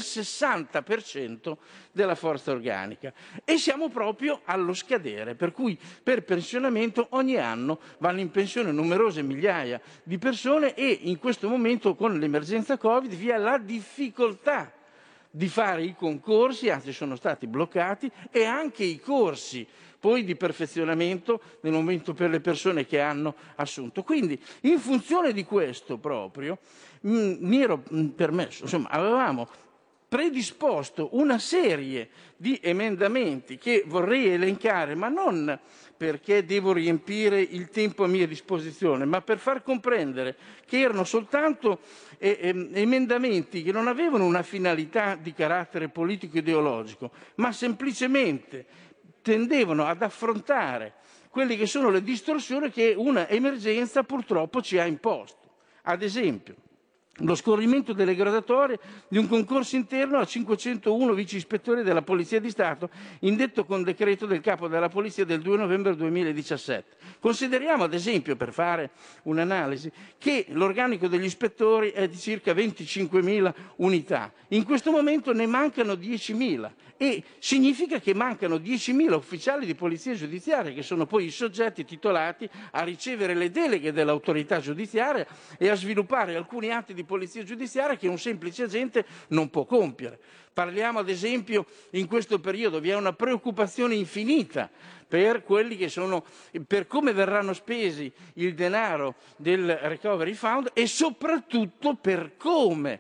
60% della forza organica. E siamo proprio allo scadere, per cui per pensionamento ogni anno vanno in pensione numerose migliaia di persone, e in questo momento con l'emergenza Covid vi è la difficoltà di fare i concorsi, anzi sono stati bloccati, e anche i corsi poi di perfezionamento nel momento per le persone che hanno assunto. Quindi in funzione di questo proprio mi ero permesso, insomma avevamo predisposto una serie di emendamenti che vorrei elencare, ma non perché devo riempire il tempo a mia disposizione, ma per far comprendere che erano soltanto emendamenti che non avevano una finalità di carattere politico-ideologico, ma semplicemente tendevano ad affrontare quelle che sono le distorsioni che una emergenza purtroppo ci ha imposto. Ad esempio, lo scorrimento delle graduatorie di un concorso interno a 501 vice ispettori della Polizia di Stato, indetto con decreto del Capo della Polizia del 2 novembre 2017. Consideriamo, ad esempio, per fare un'analisi, che l'organico degli ispettori è di circa 25.000 unità. In questo momento ne mancano 10.000 e significa che mancano 10.000 ufficiali di polizia giudiziaria, che sono poi i soggetti titolati a ricevere le deleghe dell'autorità giudiziaria e a sviluppare alcuni atti di polizia giudiziaria che un semplice agente non può compiere. Parliamo, ad esempio, in questo periodo vi è una preoccupazione infinita per quelli che sono, per come verranno spesi il denaro del Recovery Fund e soprattutto per come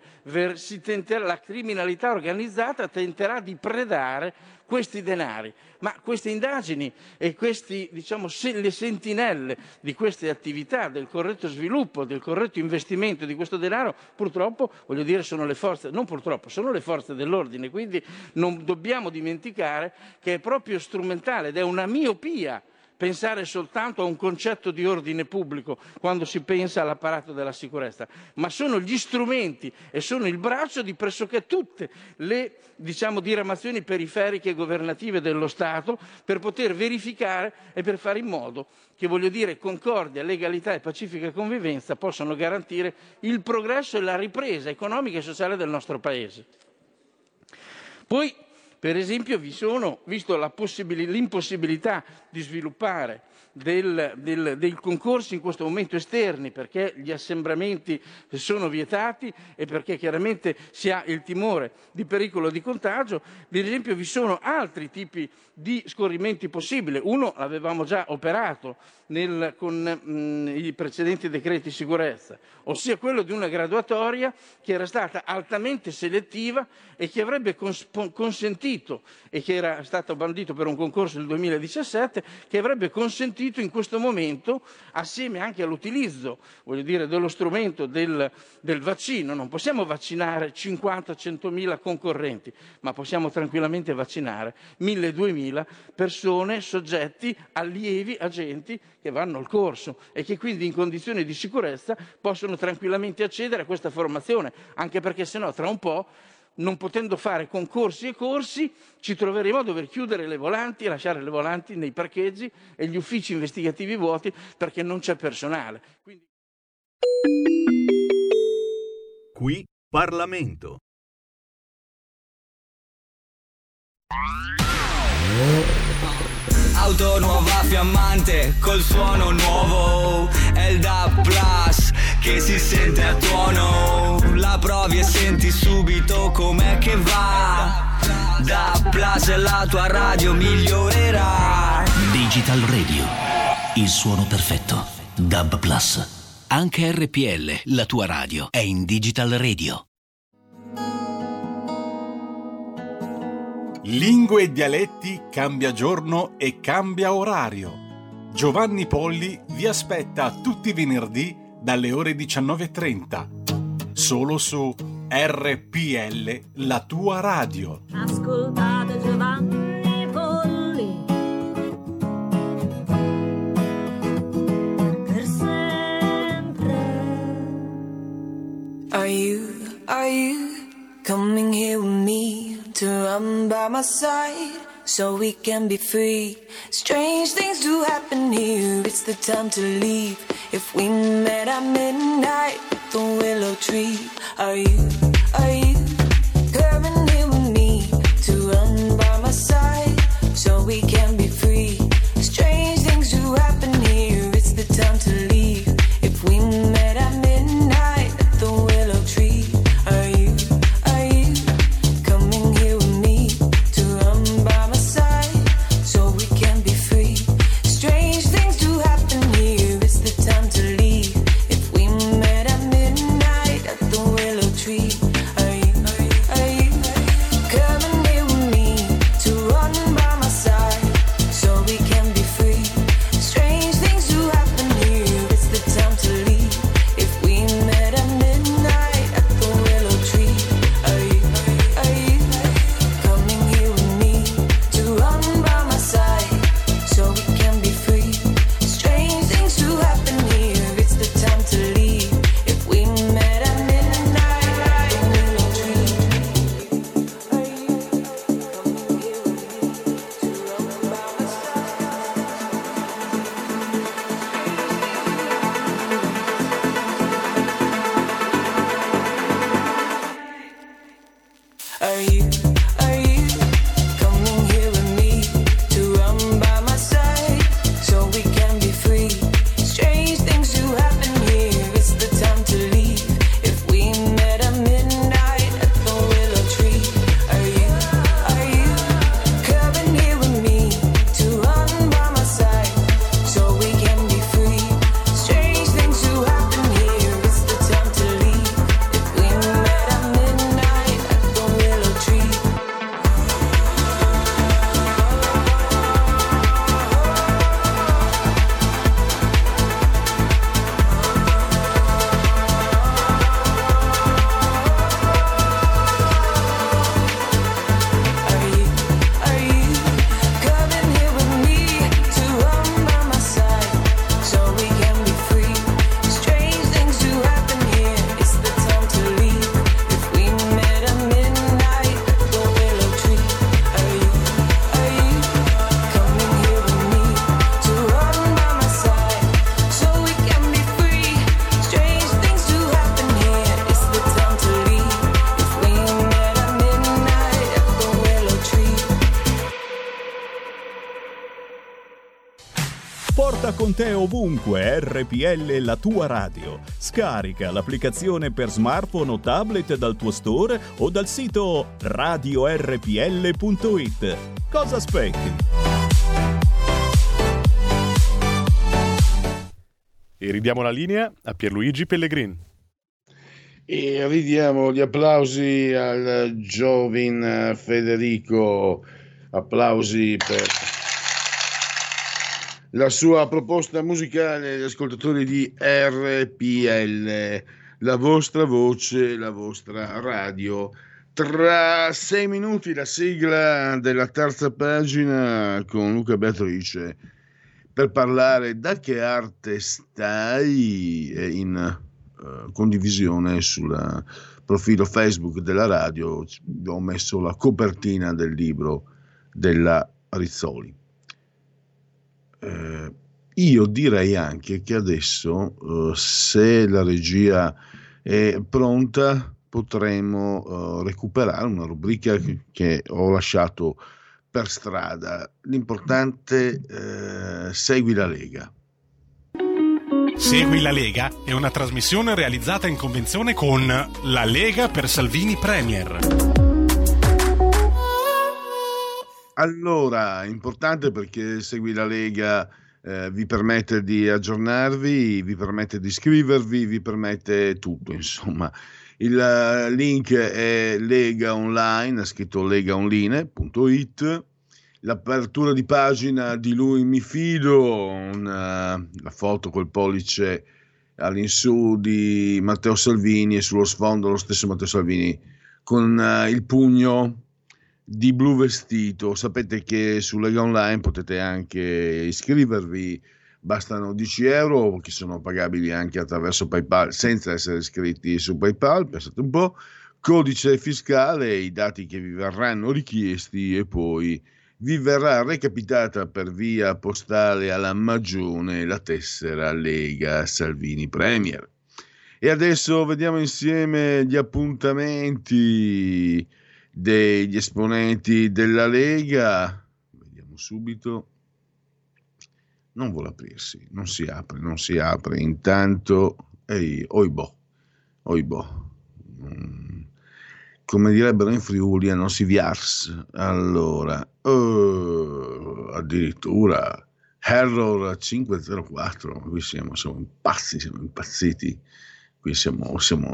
la criminalità organizzata tenterà di predare questi denari. Ma queste indagini e le sentinelle di queste attività, del corretto sviluppo, del corretto investimento di questo denaro, purtroppo, sono le forze, non purtroppo, sono le forze dell'ordine, quindi non dobbiamo dimenticare che è proprio strumentale ed è una miopia pensare soltanto a un concetto di ordine pubblico quando si pensa all'apparato della sicurezza, ma sono gli strumenti e sono il braccio di pressoché tutte le diramazioni periferiche governative dello Stato per poter verificare e per fare in modo che concordia, legalità e pacifica convivenza possano garantire il progresso e la ripresa economica e sociale del nostro Paese. Poi, per esempio, visto l'impossibilità di sviluppare dei concorsi in questo momento esterni, perché gli assembramenti sono vietati e perché chiaramente si ha il timore di pericolo di contagio, per esempio vi sono altri tipi di scorrimenti possibili. Uno l'avevamo già operato con i precedenti decreti sicurezza, ossia quello di una graduatoria che era stata altamente selettiva e che avrebbe consentito, e che era stato bandito per un concorso nel 2017, che avrebbe consentito garantito in questo momento, assieme anche all'utilizzo, dello strumento del vaccino. Non possiamo vaccinare 50-100.000 concorrenti, ma possiamo tranquillamente vaccinare 1.000-2.000 persone, soggetti, allievi, agenti che vanno al corso e che quindi in condizioni di sicurezza possono tranquillamente accedere a questa formazione, anche perché sennò tra un po', non potendo fare concorsi e corsi, ci troveremo a dover chiudere le volanti e lasciare le volanti nei parcheggi e gli uffici investigativi vuoti perché non c'è personale. Quindi... Qui Parlamento. Auto nuova fiammante col suono nuovo, è il DAB Plus che si sente a tuono, la provi e senti subito com'è che va. DAB Plus e la tua radio migliorerà. Digital Radio, il suono perfetto. DAB Plus. Anche RPL, la tua radio, è in Digital Radio. Lingue e dialetti cambia giorno e cambia orario. Giovanni Polli vi aspetta tutti i venerdì dalle ore 19:30. Solo su RPL, la tua radio. Ascoltate Giovanni Polli. Per sempre. Are you coming here with me? To run by my side, so we can be free. Strange things do happen here, it's the time to leave. If we met at midnight at the willow tree. Are you coming here with me? To run by my side, so we can be free. Strange things do happen here, it's the time to leave. If we met at midnight at the willow tree. Are you coming here with me to run by my side, so we can be free? Strange things do happen here, it's the time to leave. If we met at midnight at the willow tree. Are you coming here with me to run by my side, so we can be free? Strange things do happen here, it's the time to leave. If we met at midnight at the willow tree. Are you coming here with me to run by my side, so we can be free? Strange things do happen here, it's the time to leave. If we met at midnight at the willow tree. Are you coming here with me to run by my side? Are you coming here with me to run by my side, so we can be free? Strange things do happen here, it's the time to leave. If we met at midnight at the willow tree. Are you coming here with me to run by my side, so we can be free? Strange things do happen here, it's the time to leave. If we met at midnight at the willow tree. Are you coming here with me to run by my side, so we can be free? Strange things do happen here, it's the time to leave. If we met at midnight at the willow tree. Are you coming here with me to run by my side, so we can be free? Strange things do happen here, it's the time to leave. If we met at midnight at the willow tree. Porta con te ovunque RPL, la tua radio. Scarica l'applicazione per smartphone o tablet dal tuo store o dal sito radiorpl.it. Cosa aspetti? E ridiamo la linea a Pierluigi Pellegrin. E ridiamo gli applausi al Giovin Federico, applausi per la sua proposta musicale agli ascoltatori di RPL, la vostra voce, la vostra radio. Tra 6 minuti la sigla della terza pagina con Luca Beatrice per parlare da che arte stai in condivisione sul profilo Facebook della radio. Ho messo la copertina del libro della Rizzoli. Io direi anche che adesso, se la regia è pronta, potremo recuperare una rubrica che ho lasciato per strada. L'importante, segui la Lega. Segui la Lega è una trasmissione realizzata in convenzione con la Lega per Salvini Premier. Allora, importante perché Segui la Lega vi permette di aggiornarvi, vi permette di iscrivervi, vi permette tutto, insomma. Il link è Lega Online, è scritto legaonline.it. L'apertura di pagina di Lui mi fido, la foto col pollice all'insù di Matteo Salvini e sullo sfondo lo stesso Matteo Salvini con il pugno di blu vestito. Sapete che su Lega Online potete anche iscrivervi, bastano 10 euro che sono pagabili anche attraverso PayPal senza essere iscritti su PayPal, pensate un po', codice fiscale, i dati che vi verranno richiesti e poi vi verrà recapitata per via postale alla Magione la tessera Lega Salvini Premier. E adesso vediamo insieme gli appuntamenti degli esponenti della Lega. Vediamo subito. Non vuole aprirsi, non si apre. Intanto, oibò. Come direbbero in Friuli, non si viars. Allora, addirittura error 504, qui siamo impazziti, qui siamo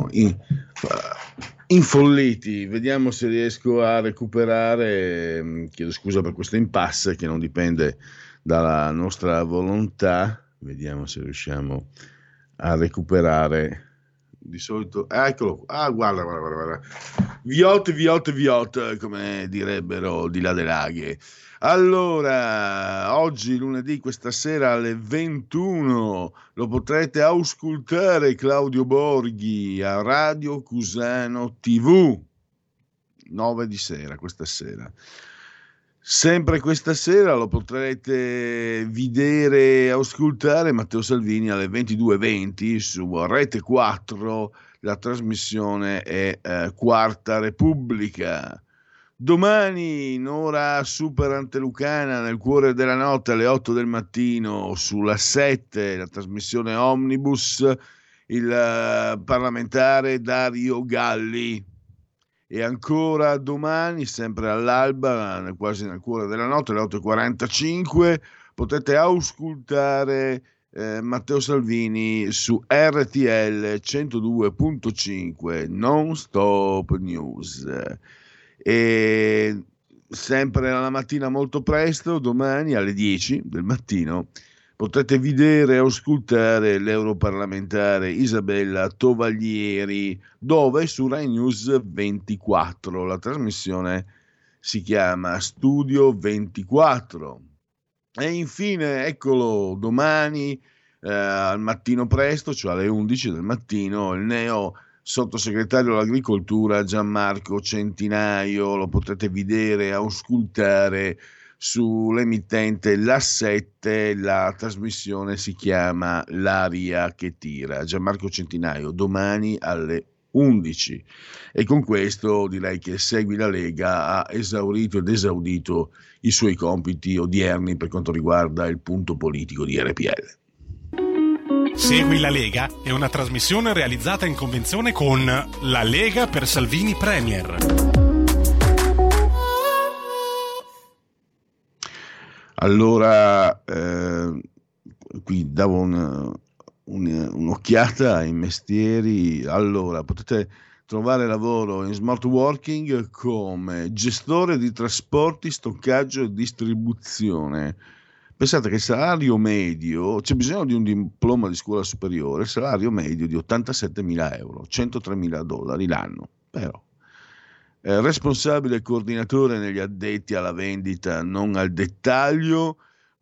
infolliti. Vediamo se riesco a recuperare, chiedo scusa per questo impasse che non dipende dalla nostra volontà, vediamo se riusciamo a recuperare. Di solito, eccolo, guarda, viot, come direbbero di là de Laghe. Allora, oggi lunedì, questa sera alle 21 lo potrete auscultare Claudio Borghi a Radio Cusano TV, 9 di sera, questa sera. Sempre questa sera lo potrete vedere e ascoltare Matteo Salvini alle 22:20 su Rete 4, la trasmissione è Quarta Repubblica. Domani in ora super antelucana, nel cuore della notte alle 8 del mattino sulla 7, la trasmissione Omnibus, il parlamentare Dario Galli. E ancora domani, sempre all'alba, quasi nel cuore della notte, alle 8:45, potete auscultare Matteo Salvini su RTL 102.5 Non Stop News. E sempre alla mattina molto presto, domani alle 10 del mattino, potete vedere e ascoltare l'europarlamentare Isabella Tovaglieri, dove su Rai News 24, la trasmissione si chiama Studio 24. E infine, eccolo, domani al mattino presto, cioè alle 11 del mattino, il neo sottosegretario all'agricoltura Gianmarco Centinaio, lo potete vedere e ascoltare sull'emittente La 7, la trasmissione si chiama L'aria che tira. Gianmarco Centinaio, domani alle 11. E con questo direi che Segui la Lega ha esaurito ed esaudito i suoi compiti odierni per quanto riguarda il punto politico di RPL. Segui la Lega è una trasmissione realizzata in convenzione con la Lega per Salvini Premier. Allora, qui davo un'occhiata ai mestieri. Allora, potete trovare lavoro in smart working come gestore di trasporti, stoccaggio e distribuzione. Pensate che il salario medio, c'è bisogno di un diploma di scuola superiore, il salario medio di 87.000 euro, $103.000 l'anno, però. Responsabile coordinatore negli addetti alla vendita non al dettaglio,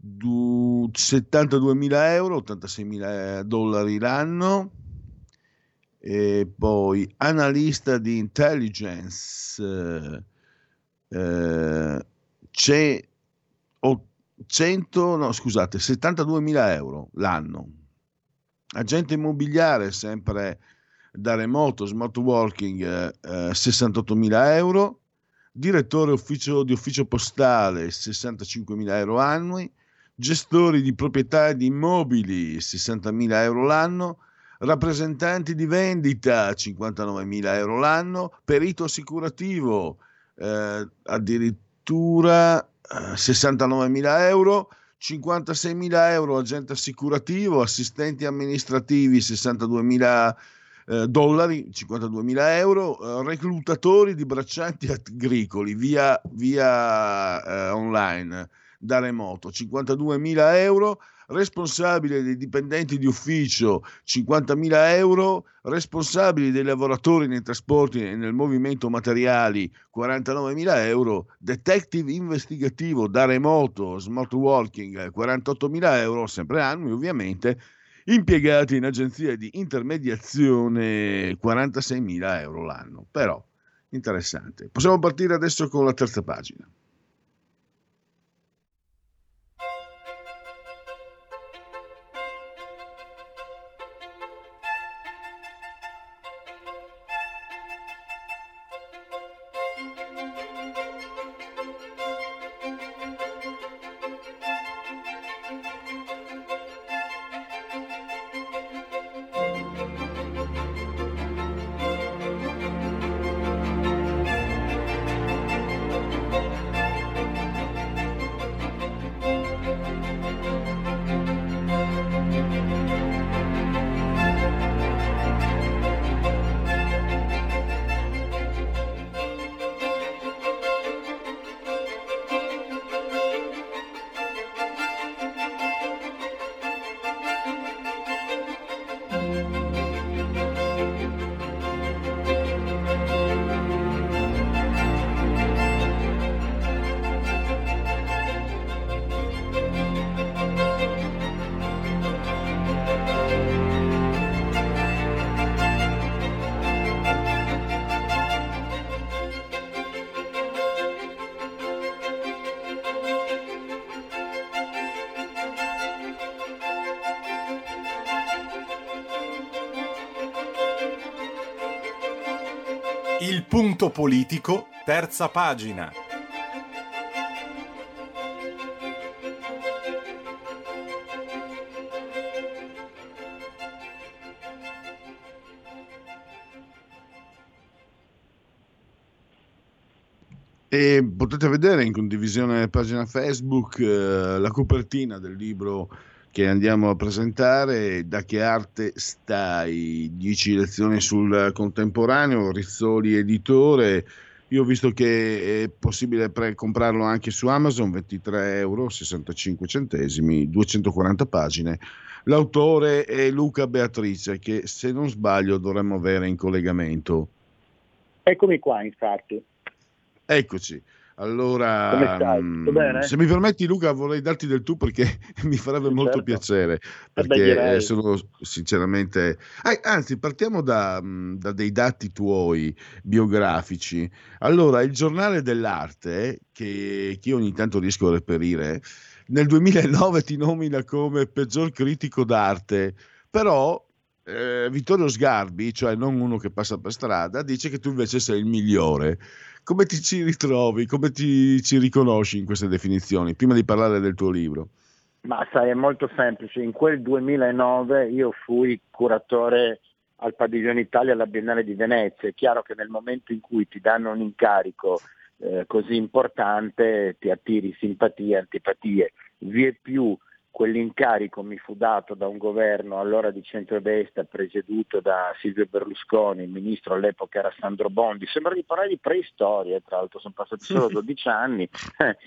$72.000 euro, $86.000 l'anno. E poi analista di intelligence, c'è 72.000 euro l'anno. Agente immobiliare sempre da remoto, smart working, 68.000 euro. Direttore di ufficio postale, 65.000 euro annui. Gestori di proprietà di immobili, 60.000 euro l'anno. Rappresentanti di vendita, 59.000 euro l'anno. Perito assicurativo, addirittura 69.000 euro. 56.000 euro agente assicurativo. Assistenti amministrativi, $62.000, 52.000 euro. Reclutatori di braccianti agricoli via online da remoto, 52.000 euro. Responsabile dei dipendenti di ufficio, 50.000 euro. Responsabili dei lavoratori nei trasporti e nel movimento materiali, 49.000 euro. Detective investigativo da remoto, smart working, 48.000 euro, sempre annui ovviamente. Impiegati in agenzie di intermediazione, 46.000 euro l'anno. Però, interessante. Possiamo partire adesso con la terza pagina. Il punto politico, terza pagina. E potete vedere in condivisione pagina Facebook la copertina del libro che andiamo a presentare, Da che arte stai? 10 lezioni sul contemporaneo, Rizzoli editore. Io ho visto che è possibile comprarlo anche su Amazon, 23 euro, 65 centesimi, 240 pagine. L'autore è Luca Beatrice, che se non sbaglio dovremmo avere in collegamento. Eccomi qua, infatti. Eccoci. Allora, come stai? Tutto bene? Se mi permetti, Luca, vorrei darti del tu perché mi farebbe molto piacere, perché sono sinceramente... anzi, partiamo da dei dati tuoi biografici. Allora, il Giornale dell'Arte, che io ogni tanto riesco a reperire, nel 2009 ti nomina come peggior critico d'arte, però Vittorio Sgarbi, cioè non uno che passa per strada, dice che tu invece sei il migliore. Come ti ci ritrovi? Come ci riconosci in queste definizioni? Prima di parlare del tuo libro. Ma sai, è molto semplice. In quel 2009 io fui curatore al Padiglione Italia alla Biennale di Venezia. È chiaro che nel momento in cui ti danno un incarico così importante ti attiri simpatie, antipatie. Vie più quell'incarico mi fu dato da un governo allora di centrodestra presieduto da Silvio Berlusconi, il ministro all'epoca era Sandro Bondi, sembra di parlare di preistoria, tra l'altro sono passati solo 12 anni,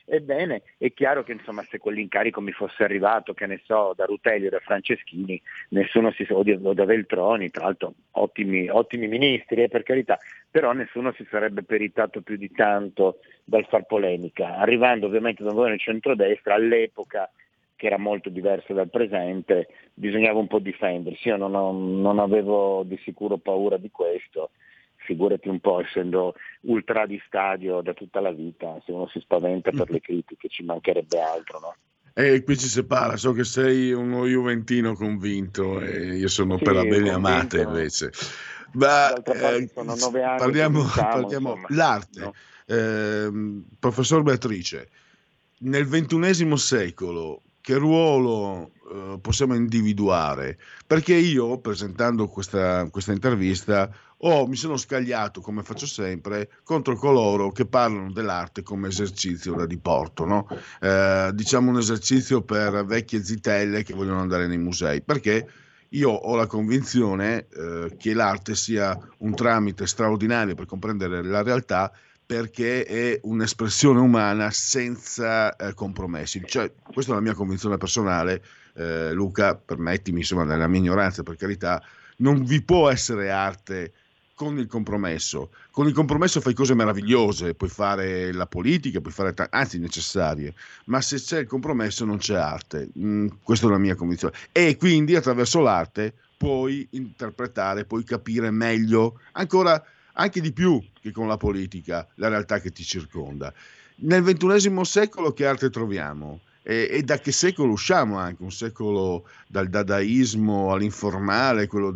Ebbene, è chiaro che insomma se quell'incarico mi fosse arrivato, che ne so, da Rutelli o da Franceschini, nessuno o da Veltroni, tra l'altro ottimi ministri, per carità, però nessuno si sarebbe peritato più di tanto dal far polemica. Arrivando ovviamente da un governo di centrodestra, all'epoca, che era molto diverso dal presente, bisognava un po' difendersi. Io non avevo di sicuro paura di questo. Figurati un po', essendo ultra di stadio da tutta la vita, se uno si spaventa per le critiche ci mancherebbe altro, no? E qui ci separa, so che sei uno juventino convinto e io sono per la bene amata invece. Ma sono 9 anni parliamo l'arte, no? Professor Beatrice, nel XXI secolo che ruolo possiamo individuare? Perché io, presentando questa intervista, mi sono scagliato, come faccio sempre, contro coloro che parlano dell'arte come esercizio da diporto, no? Diciamo un esercizio per vecchie zitelle che vogliono andare nei musei, perché io ho la convinzione che l'arte sia un tramite straordinario per comprendere la realtà, perché è un'espressione umana senza compromessi. Cioè, questa è la mia convinzione personale, Luca, permettimi, insomma, nella mia ignoranza, per carità, non vi può essere arte con il compromesso. Con il compromesso fai cose meravigliose, puoi fare la politica, puoi fare anzi necessarie, ma se c'è il compromesso non c'è arte. Questa è la mia convinzione. E quindi attraverso l'arte puoi interpretare, puoi capire meglio, ancora anche di più che con la politica, la realtà che ti circonda. Nel XXI secolo che arte troviamo? E da che secolo usciamo anche? Un secolo dal dadaismo all'informale, quello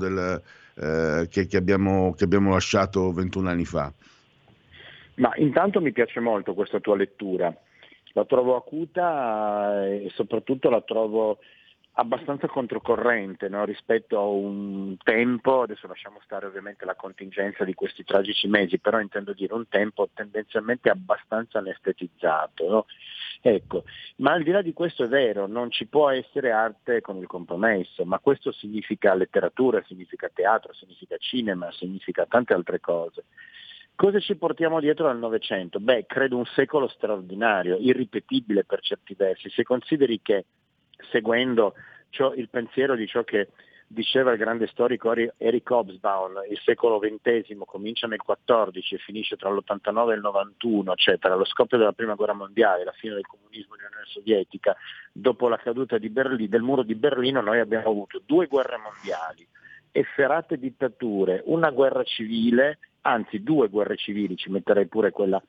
che abbiamo lasciato 21 anni fa. Ma intanto mi piace molto questa tua lettura, la trovo acuta e soprattutto la trovo abbastanza controcorrente, no? Rispetto a un tempo, adesso lasciamo stare ovviamente la contingenza di questi tragici mesi, però intendo dire un tempo tendenzialmente abbastanza anestetizzato, no? Ecco, ma al di là di questo è vero, non ci può essere arte con il compromesso, ma questo significa letteratura, significa teatro, significa cinema, significa tante altre cose. Cosa ci portiamo dietro dal Novecento? Beh, credo un secolo straordinario, irripetibile per certi versi, se consideri che, seguendo il pensiero di ciò che diceva il grande storico Eric Hobsbawm, il secolo XX comincia nel XIV e finisce tra l'89 e il 91, cioè tra lo scoppio della prima guerra mondiale e la fine del comunismo nell'Unione Sovietica. Dopo la caduta del muro di Berlino noi abbiamo avuto 2 guerre mondiali, efferate dittature, una guerra civile, anzi 2 guerre civili, ci metterei pure quella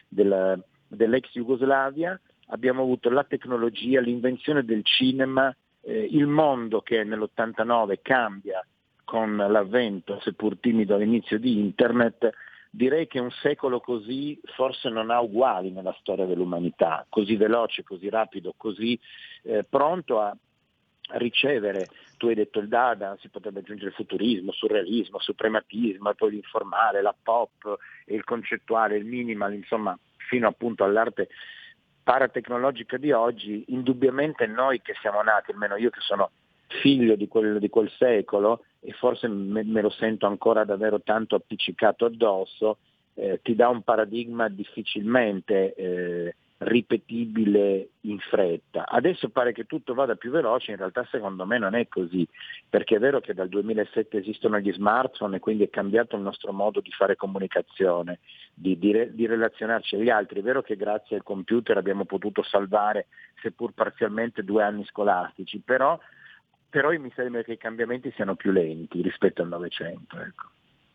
dell'ex Jugoslavia. Abbiamo avuto la tecnologia, l'invenzione del cinema, il mondo che nell'89 cambia con l'avvento, seppur timido all'inizio, di Internet. Direi che un secolo così forse non ha uguali nella storia dell'umanità, così veloce, così rapido, così pronto a ricevere. Tu hai detto il Dada, si potrebbe aggiungere il futurismo, surrealismo, suprematismo, e poi l'informale, la pop, il concettuale, il minimal, insomma, fino appunto all'arte paratecnologica di oggi. Indubbiamente noi che siamo nati, almeno io che sono figlio di quel secolo, e forse me lo sento ancora davvero tanto appiccicato addosso, ti dà un paradigma difficilmente ripetibile in fretta. Adesso pare che tutto vada più veloce, in realtà secondo me non è così, perché è vero che dal 2007 esistono gli smartphone e quindi è cambiato il nostro modo di fare comunicazione, di relazionarci agli altri. È vero che grazie al computer abbiamo potuto salvare, seppur parzialmente, 2 anni scolastici, però mi sembra che i cambiamenti siano più lenti rispetto al Novecento. Ecco.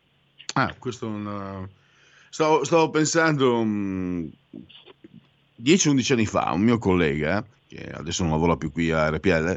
Questo stavo pensando 10-11 anni fa, un mio collega, che adesso non lavora più qui a RPL,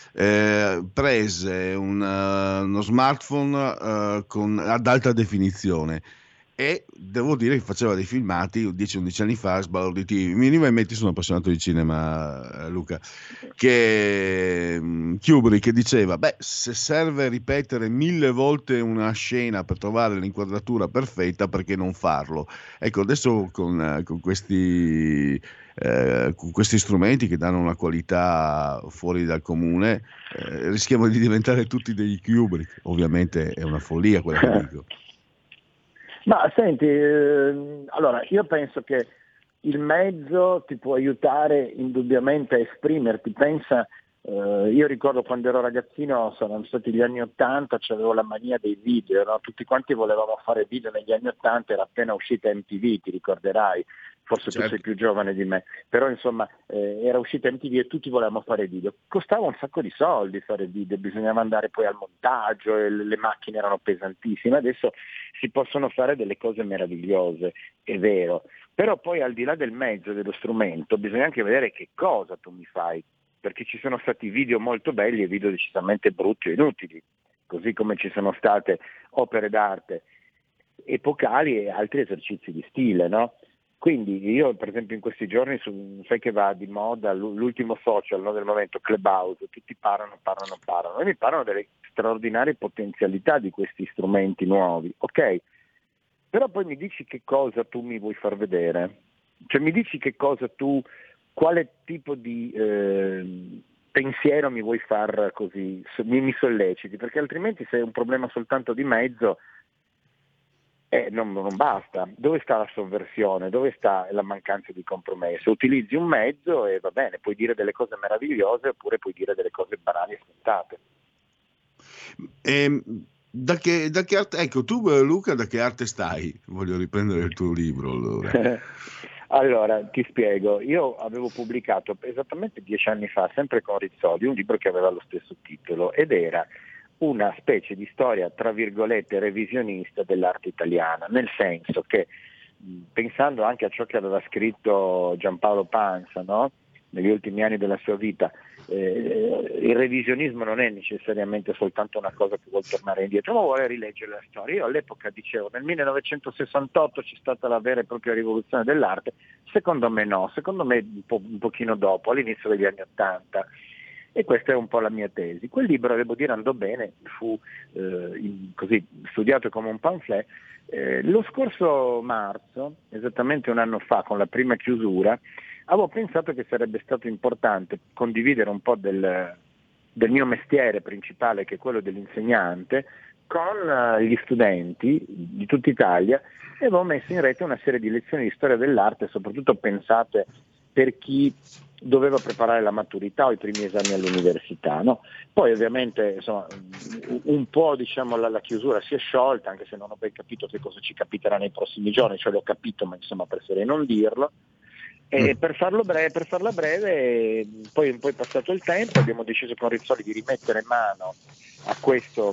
prese uno smartphone ad alta definizione, e devo dire che faceva dei filmati 10-11 anni fa sbalorditivi. Mi veniva in mente, sono appassionato di cinema, Luca, che Kubrick diceva: se serve ripetere 1000 volte una scena per trovare l'inquadratura perfetta, perché non farlo? Ecco, adesso con questi strumenti che danno una qualità fuori dal comune, rischiamo di diventare tutti degli Kubrick. Ovviamente è una follia quella che dico. Ma senti, allora io penso che il mezzo ti può aiutare indubbiamente a esprimerti. Pensa, io ricordo quando ero ragazzino, saranno stati gli anni '80, c'avevo la mania dei video, no? Tutti quanti volevamo fare video negli anni '80, era appena uscita MTV, ti ricorderai, forse Certo. tu sei più giovane di me, però insomma era uscita MTV e tutti volevamo fare video. Costava un sacco di soldi fare video, bisognava andare poi al montaggio e le macchine erano pesantissime. Adesso si possono fare delle cose meravigliose, è vero, però poi al di là del mezzo, dello strumento, bisogna anche vedere che cosa tu mi fai, perché ci sono stati video molto belli e video decisamente brutti e inutili, così come ci sono state opere d'arte epocali e altri esercizi di stile, no? Quindi io per esempio in questi giorni, sai che va di moda l'ultimo social, no, del momento, Clubhouse, tutti parlano e mi parlano delle straordinarie potenzialità di questi strumenti nuovi, ok? Però poi mi dici che cosa tu mi vuoi far vedere, cioè mi dici che cosa tu, quale tipo di pensiero mi vuoi far così, mi solleciti, perché altrimenti se è un problema soltanto di mezzo non basta. Dove sta la sovversione? Dove sta la mancanza di compromesso? Utilizzi un mezzo e va bene, puoi dire delle cose meravigliose oppure puoi dire delle cose banali e scontate. Da che arte, ecco, tu Luca, da che arte stai? Voglio riprendere il tuo libro allora. Allora, ti spiego, io avevo pubblicato esattamente 10 anni fa, sempre con Rizzoli, un libro che aveva lo stesso titolo ed era una specie di storia, tra virgolette, revisionista dell'arte italiana, nel senso che, pensando anche a ciò che aveva scritto Giampaolo Pansa, no? Negli ultimi anni della sua vita, il revisionismo non è necessariamente soltanto una cosa che vuol tornare indietro, ma vuole rileggere la storia. Io all'epoca dicevo, nel 1968 c'è stata la vera e propria rivoluzione dell'arte, secondo me no, secondo me un pochino dopo, all'inizio degli anni '80. E questa è un po' la mia tesi. Quel libro, devo dire, andò bene, fu così studiato come un pamphlet. Lo scorso marzo, esattamente un anno fa, con la prima chiusura, avevo pensato che sarebbe stato importante condividere un po' del mio mestiere principale, che è quello dell'insegnante, con gli studenti di tutta Italia, e avevo messo in rete una serie di lezioni di storia dell'arte, soprattutto pensate per chi doveva preparare la maturità o i primi esami all'università, no? Poi ovviamente insomma, un po' diciamo la chiusura si è sciolta, anche se non ho ben capito che cosa ci capiterà nei prossimi giorni, cioè l'ho capito ma insomma preferirei non dirlo. E per farla breve, poi è passato il tempo, abbiamo deciso con Rizzoli di rimettere mano a questo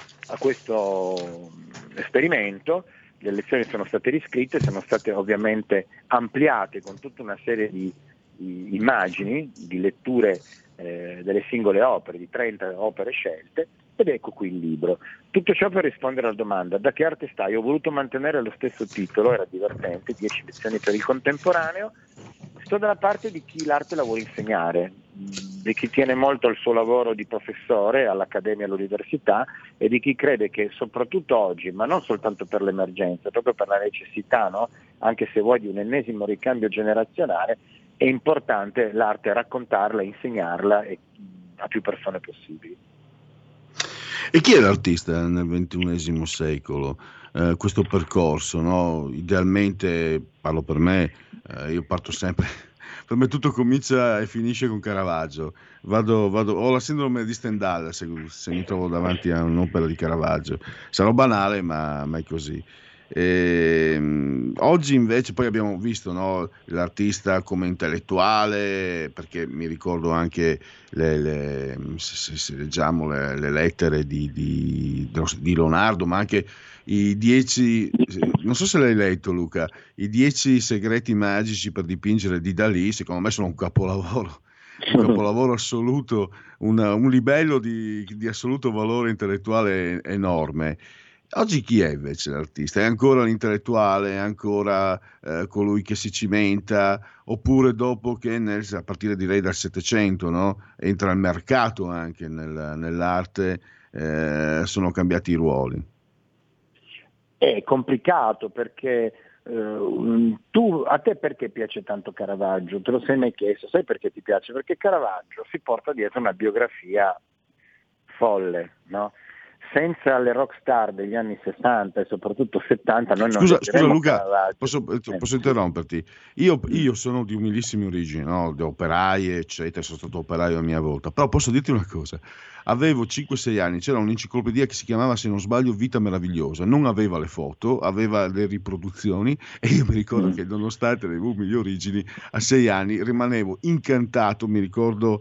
esperimento. Le lezioni sono state riscritte, sono state ovviamente ampliate con tutta una serie di immagini, di letture delle singole opere, di 30 opere scelte, ed ecco qui il libro. Tutto ciò per rispondere alla domanda: da che arte stai? Ho voluto mantenere lo stesso titolo, era divertente, 10 lezioni per il contemporaneo. Sto dalla parte di chi l'arte la vuole insegnare, di chi tiene molto al suo lavoro di professore all'accademia e all'università, e di chi crede che soprattutto oggi, ma non soltanto per l'emergenza, proprio per la necessità, no? Anche se vuoi di un ennesimo ricambio generazionale, è importante l'arte raccontarla, insegnarla a più persone possibili. E chi è l'artista nel XXI secolo? Questo percorso, no? Idealmente, parlo per me, io parto sempre, per me tutto comincia e finisce con Caravaggio. Ho la sindrome di Stendhal se mi trovo davanti a un'opera di Caravaggio. Sarò banale, ma è così. Oggi invece poi abbiamo visto, no, l'artista come intellettuale, perché mi ricordo anche se leggiamo le lettere di Leonardo, ma anche i 10, non so se l'hai letto Luca, i 10 segreti magici per dipingere di Dalì, secondo me sono un capolavoro assoluto, un livello di assoluto valore intellettuale enorme. Oggi chi è invece l'artista? È ancora l'intellettuale? È ancora colui che si cimenta? Oppure dopo che a partire direi dal Settecento, no? Entra il mercato anche nell'arte, sono cambiati i ruoli? È complicato perché a te perché piace tanto Caravaggio? Te lo sei mai chiesto? Sai perché ti piace? Perché Caravaggio si porta dietro una biografia folle, no? senza le rockstar degli anni 60 e soprattutto 70 noi non Scusa leggeremo Luca, Caravaggio. posso interromperti? Io sono di umilissime origini, no? Di operaie, eccetera, sono stato operaio a mia volta, però posso dirti una cosa, avevo 5-6 anni, c'era un'enciclopedia che si chiamava, se non sbaglio, Vita Meravigliosa, non aveva le foto, aveva le riproduzioni, e io mi ricordo che nonostante le mie origini, a 6 anni rimanevo incantato, mi ricordo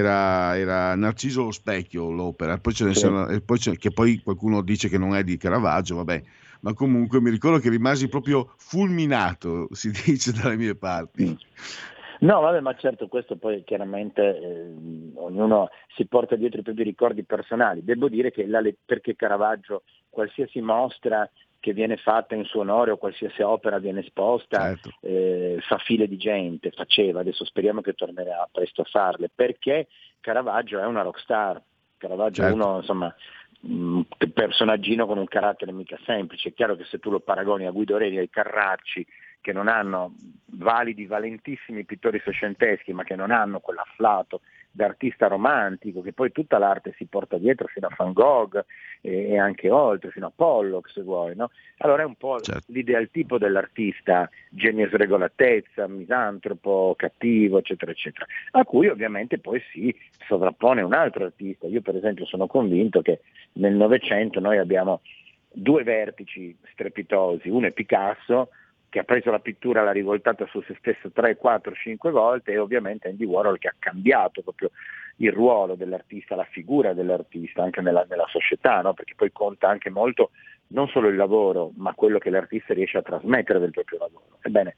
era Narciso lo Specchio l'opera, poi ce ne sono, e poi che poi qualcuno dice che non è di Caravaggio, vabbè, ma comunque mi ricordo che rimasi proprio fulminato, si dice dalle mie parti. No, vabbè, ma certo, questo poi chiaramente ognuno si porta dietro i propri ricordi personali. Devo dire che perché Caravaggio, qualsiasi mostra che viene fatta in suo onore o qualsiasi opera viene esposta, fa file di gente, faceva, adesso speriamo che tornerà presto a farle, perché Caravaggio è una rockstar, Caravaggio è uno, insomma, un personaggino con un carattere mica semplice. È chiaro che se tu lo paragoni a Guido Reni e ai Carracci, che non hanno validi, valentissimi pittori seicenteschi, ma che non hanno quell'afflato d'artista romantico che poi tutta l'arte si porta dietro fino a Van Gogh e anche oltre, fino a Pollock se vuoi, no? Allora è un po' l'ideal tipo dell'artista, genio e sregolatezza, misantropo, cattivo, eccetera, eccetera, a cui ovviamente poi si sovrappone un altro artista. Io per esempio sono convinto che nel Novecento noi abbiamo due vertici strepitosi, uno è Picasso, che ha preso la pittura, l'ha rivoltata su se stesso 3, 4, 5 volte, e ovviamente Andy Warhol, che ha cambiato proprio il ruolo dell'artista, la figura dell'artista anche nella società, no? Perché poi conta anche molto non solo il lavoro, ma quello che l'artista riesce a trasmettere del proprio lavoro. Ebbene,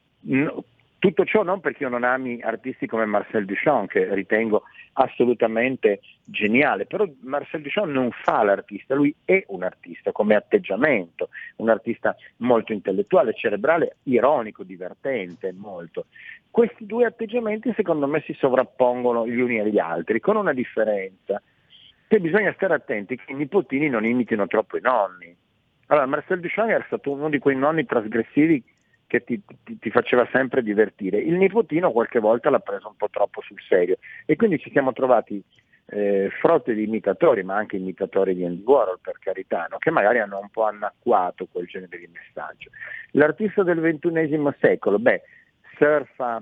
tutto ciò non perché io non ami artisti come Marcel Duchamp, che ritengo assolutamente geniale, però Marcel Duchamp non fa l'artista, lui è un artista come atteggiamento, un artista molto intellettuale, cerebrale, ironico, divertente, molto. Questi due atteggiamenti secondo me si sovrappongono gli uni agli altri, con una differenza, che bisogna stare attenti che i nipotini non imitino troppo i nonni. Allora, Marcel Duchamp era stato uno di quei nonni trasgressivi che ti faceva sempre divertire. Il nipotino qualche volta l'ha preso un po' troppo sul serio, e quindi ci siamo trovati frotte di imitatori, ma anche imitatori di Andy Warhol, per carità, no? Che magari hanno un po' annacquato quel genere di messaggio. L'artista del XXI secolo, surfa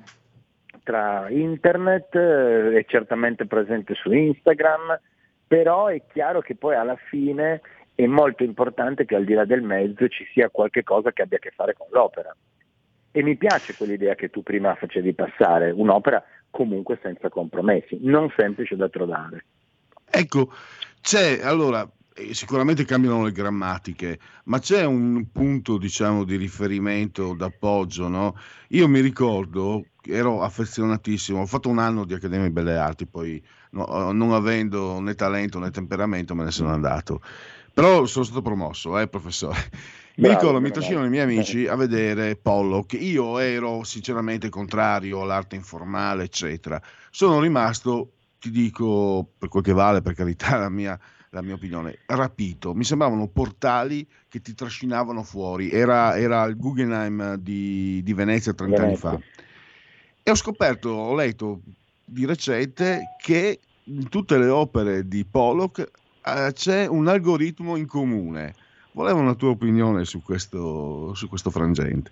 tra internet, è certamente presente su Instagram, però è chiaro che poi alla fine è molto importante che al di là del mezzo ci sia qualche cosa che abbia a che fare con l'opera. E mi piace quell'idea che tu prima facevi passare, un'opera comunque senza compromessi, non semplice da trovare. Ecco, allora, sicuramente cambiano le grammatiche, ma c'è un punto, diciamo, di riferimento, d'appoggio, no? Io mi ricordo, ero affezionatissimo, ho fatto un anno di Accademia di Belle Arti, poi non avendo né talento né temperamento me ne sono andato. Però sono stato promosso, professore. Mi ricordo, mi trascinano i miei amici a vedere Pollock. Io ero sinceramente contrario all'arte informale, eccetera. Sono rimasto, ti dico, per quel che vale, per carità, la mia opinione, rapito. Mi sembravano portali che ti trascinavano fuori. Era il Guggenheim di Venezia 30 anni fa. E ho letto di recente che in tutte le opere di Pollock c'è un algoritmo in comune. Volevo una tua opinione su questo frangente.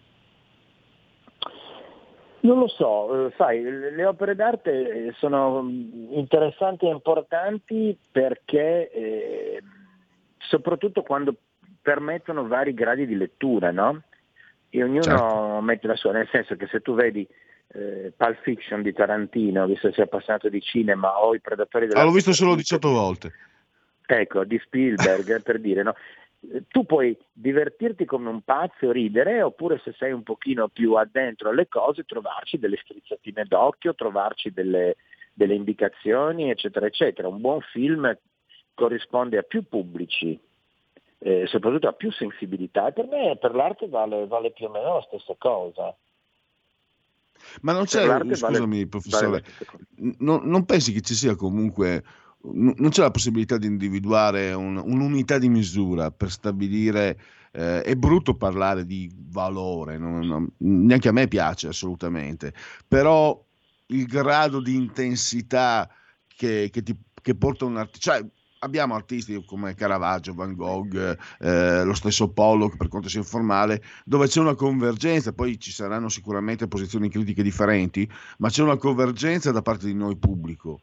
Non lo so, sai, le opere d'arte sono interessanti e importanti perché soprattutto quando permettono vari gradi di lettura, no? E ognuno mette la sua, nel senso che se tu vedi Pulp Fiction di Tarantino, visto che sei appassionato di cinema, o I Predatori della... l'ho visto solo 18 volte. Ecco, di Spielberg, per dire, no? Tu puoi divertirti come un pazzo, ridere, oppure se sei un pochino più addentro alle cose, trovarci delle strizzatine d'occhio, trovarci delle indicazioni, eccetera, eccetera. Un buon film corrisponde a più pubblici, soprattutto a più sensibilità, e per me, per l'arte vale più o meno la stessa cosa. Ma non c'è, scusami professore, non pensi che ci sia comunque... Non c'è la possibilità di individuare un'unità di misura per stabilire, è brutto parlare di valore, neanche a me piace assolutamente, però il grado di intensità che porta un artista, cioè abbiamo artisti come Caravaggio, Van Gogh, lo stesso Pollock, per quanto sia informale, dove c'è una convergenza. Poi ci saranno sicuramente posizioni critiche differenti, ma c'è una convergenza da parte di noi pubblico,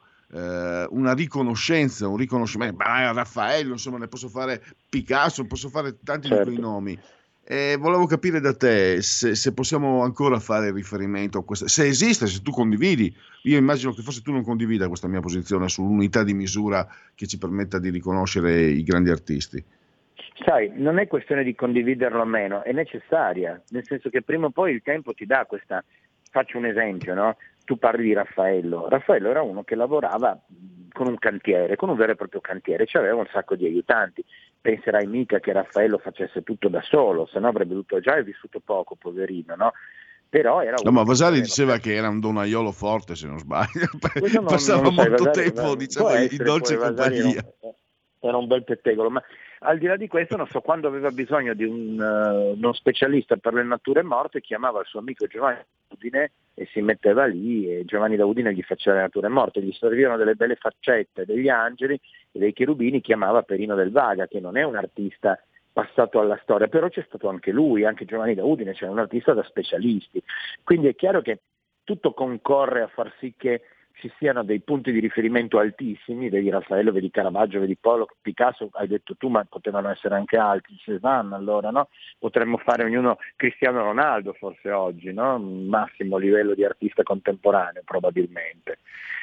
una riconoscenza, un riconoscimento. Raffaello, insomma, ne posso fare, Picasso, posso fare tanti di quei nomi. Volevo capire da te se possiamo ancora fare riferimento a questo, se esiste, se tu condividi. Io immagino che forse tu non condivida questa mia posizione sull'unità di misura che ci permetta di riconoscere i grandi artisti. Sai, non è questione di condividerlo o meno, è necessaria, nel senso che prima o poi il tempo ti dà questa. Faccio un esempio, no? Tu parli di Raffaello. Raffaello era uno che lavorava con un cantiere, con un vero e proprio cantiere, cioè aveva un sacco di aiutanti. Penserai mica che Raffaello facesse tutto da solo, se no avrebbe dovuto già aver vissuto poco, poverino, no? Però era no, ma Vasari diceva che era un donaiolo forte, se non sbaglio. Passava non molto Vasari, tempo, diciamo, in dolce compagnia. Era un bel pettegolo, ma al di là di questo, non so, quando aveva bisogno di uno specialista per le nature morte, chiamava il suo amico Giovanni da Udine e si metteva lì, e Giovanni da Udine gli faceva le nature morte, gli servivano delle belle faccette degli angeli e dei cherubini, chiamava Perino del Vaga, che non è un artista passato alla storia, però c'è stato anche lui, anche Giovanni da Udine, cioè un artista da specialisti. Quindi è chiaro che tutto concorre a far sì che ci siano dei punti di riferimento altissimi, vedi Raffaello, vedi Caravaggio, vedi Pollock, Picasso, hai detto tu, ma potevano essere anche altri, Cézanne, allora, no? Potremmo fare ognuno Cristiano Ronaldo forse oggi, no? Un massimo livello di artista contemporaneo probabilmente.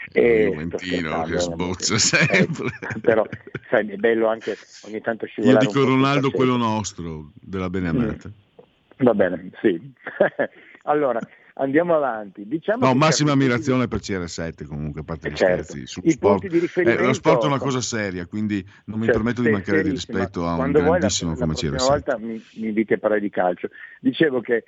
Juventino che sbozza sempre. Però sai, è bello anche ogni tanto scivolare. Io dico Ronaldo quello nostro, della Beneamata. Va bene, sì. Allora, andiamo avanti. Diciamo no, che massima ammirazione per CR7 comunque, a parte gli scherzi. Sullo I sport. punti di riferimento Lo sport è una cosa seria, quindi non mi permetto di mancare di rispetto a un grandissimo come CR7. La volta mi inviti a parlare di calcio. Dicevo che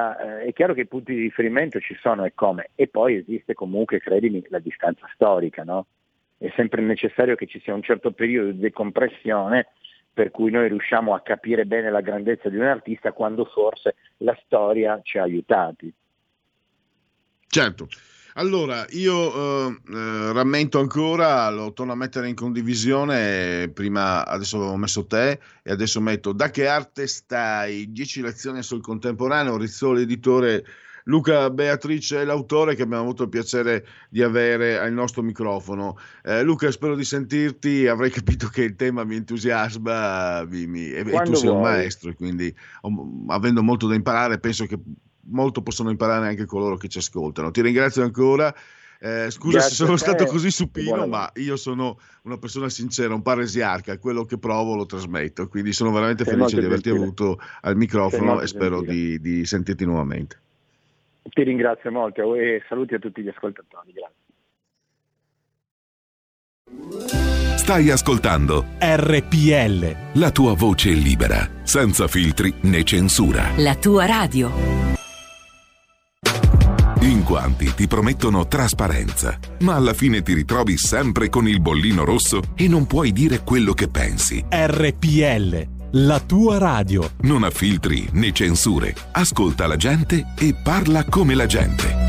è chiaro che i punti di riferimento ci sono e come, e poi esiste comunque, credimi, la distanza storica, no? È sempre necessario che ci sia un certo periodo di decompressione per cui noi riusciamo a capire bene la grandezza di un artista quando forse la storia ci ha aiutati. Certo. Allora, io rammento ancora, lo torno a mettere in condivisione, prima adesso avevo messo te e adesso metto Da che arte stai? 10 lezioni sul contemporaneo, Rizzoli editore, Luca Beatrice è l'autore che abbiamo avuto il piacere di avere al nostro microfono. Luca, spero di sentirti, avrei capito che il tema mi entusiasma e tu sei un maestro, quindi avendo molto da imparare penso che molto possono imparare anche coloro che ci ascoltano. Ti ringrazio ancora. Scusa se sono stato così supino, ma io sono una persona sincera, un paresiarca, quello che provo lo trasmetto, quindi sono veramente felice di averti avuto al microfono e spero di sentirti nuovamente. Ti ringrazio molto e saluti a tutti gli ascoltatori. Grazie. Stai ascoltando RPL, la tua voce libera, senza filtri né censura. la tua radio. In quanti ti promettono trasparenza, ma alla fine ti ritrovi sempre con il bollino rosso e non puoi dire quello che pensi. RPL, la tua radio. Non ha filtri né censure. Ascolta la gente e parla come la gente.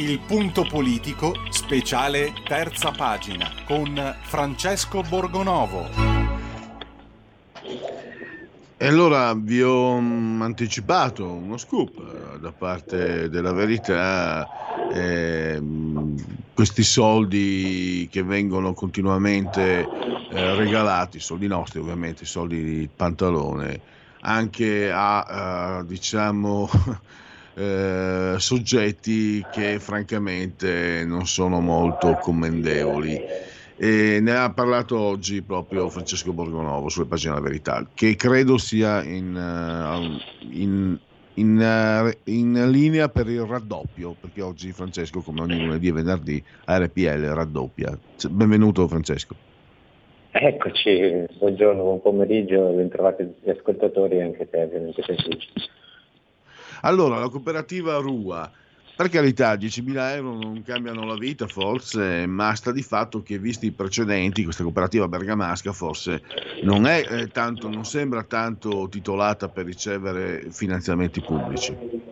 Il punto politico, speciale terza pagina, con Francesco Borgonovo. E allora vi ho anticipato uno scoop da parte della Verità, questi soldi che vengono continuamente regalati, soldi nostri ovviamente, soldi di Pantalone, anche a diciamo soggetti che francamente non sono molto commendevoli. E ne ha parlato oggi proprio Francesco Borgonovo sulle pagine della Verità, che credo sia in linea per il raddoppio, perché oggi Francesco, come ogni lunedì e venerdì, a RPL raddoppia. Benvenuto Francesco. Eccoci, buongiorno, buon pomeriggio, bentrovati tutti gli ascoltatori e anche te ovviamente. Allora, la cooperativa Rua, per carità, 10.000 euro non cambiano la vita forse, ma sta di fatto che visti i precedenti, questa cooperativa bergamasca forse non è tanto, non sembra tanto titolata per ricevere finanziamenti pubblici.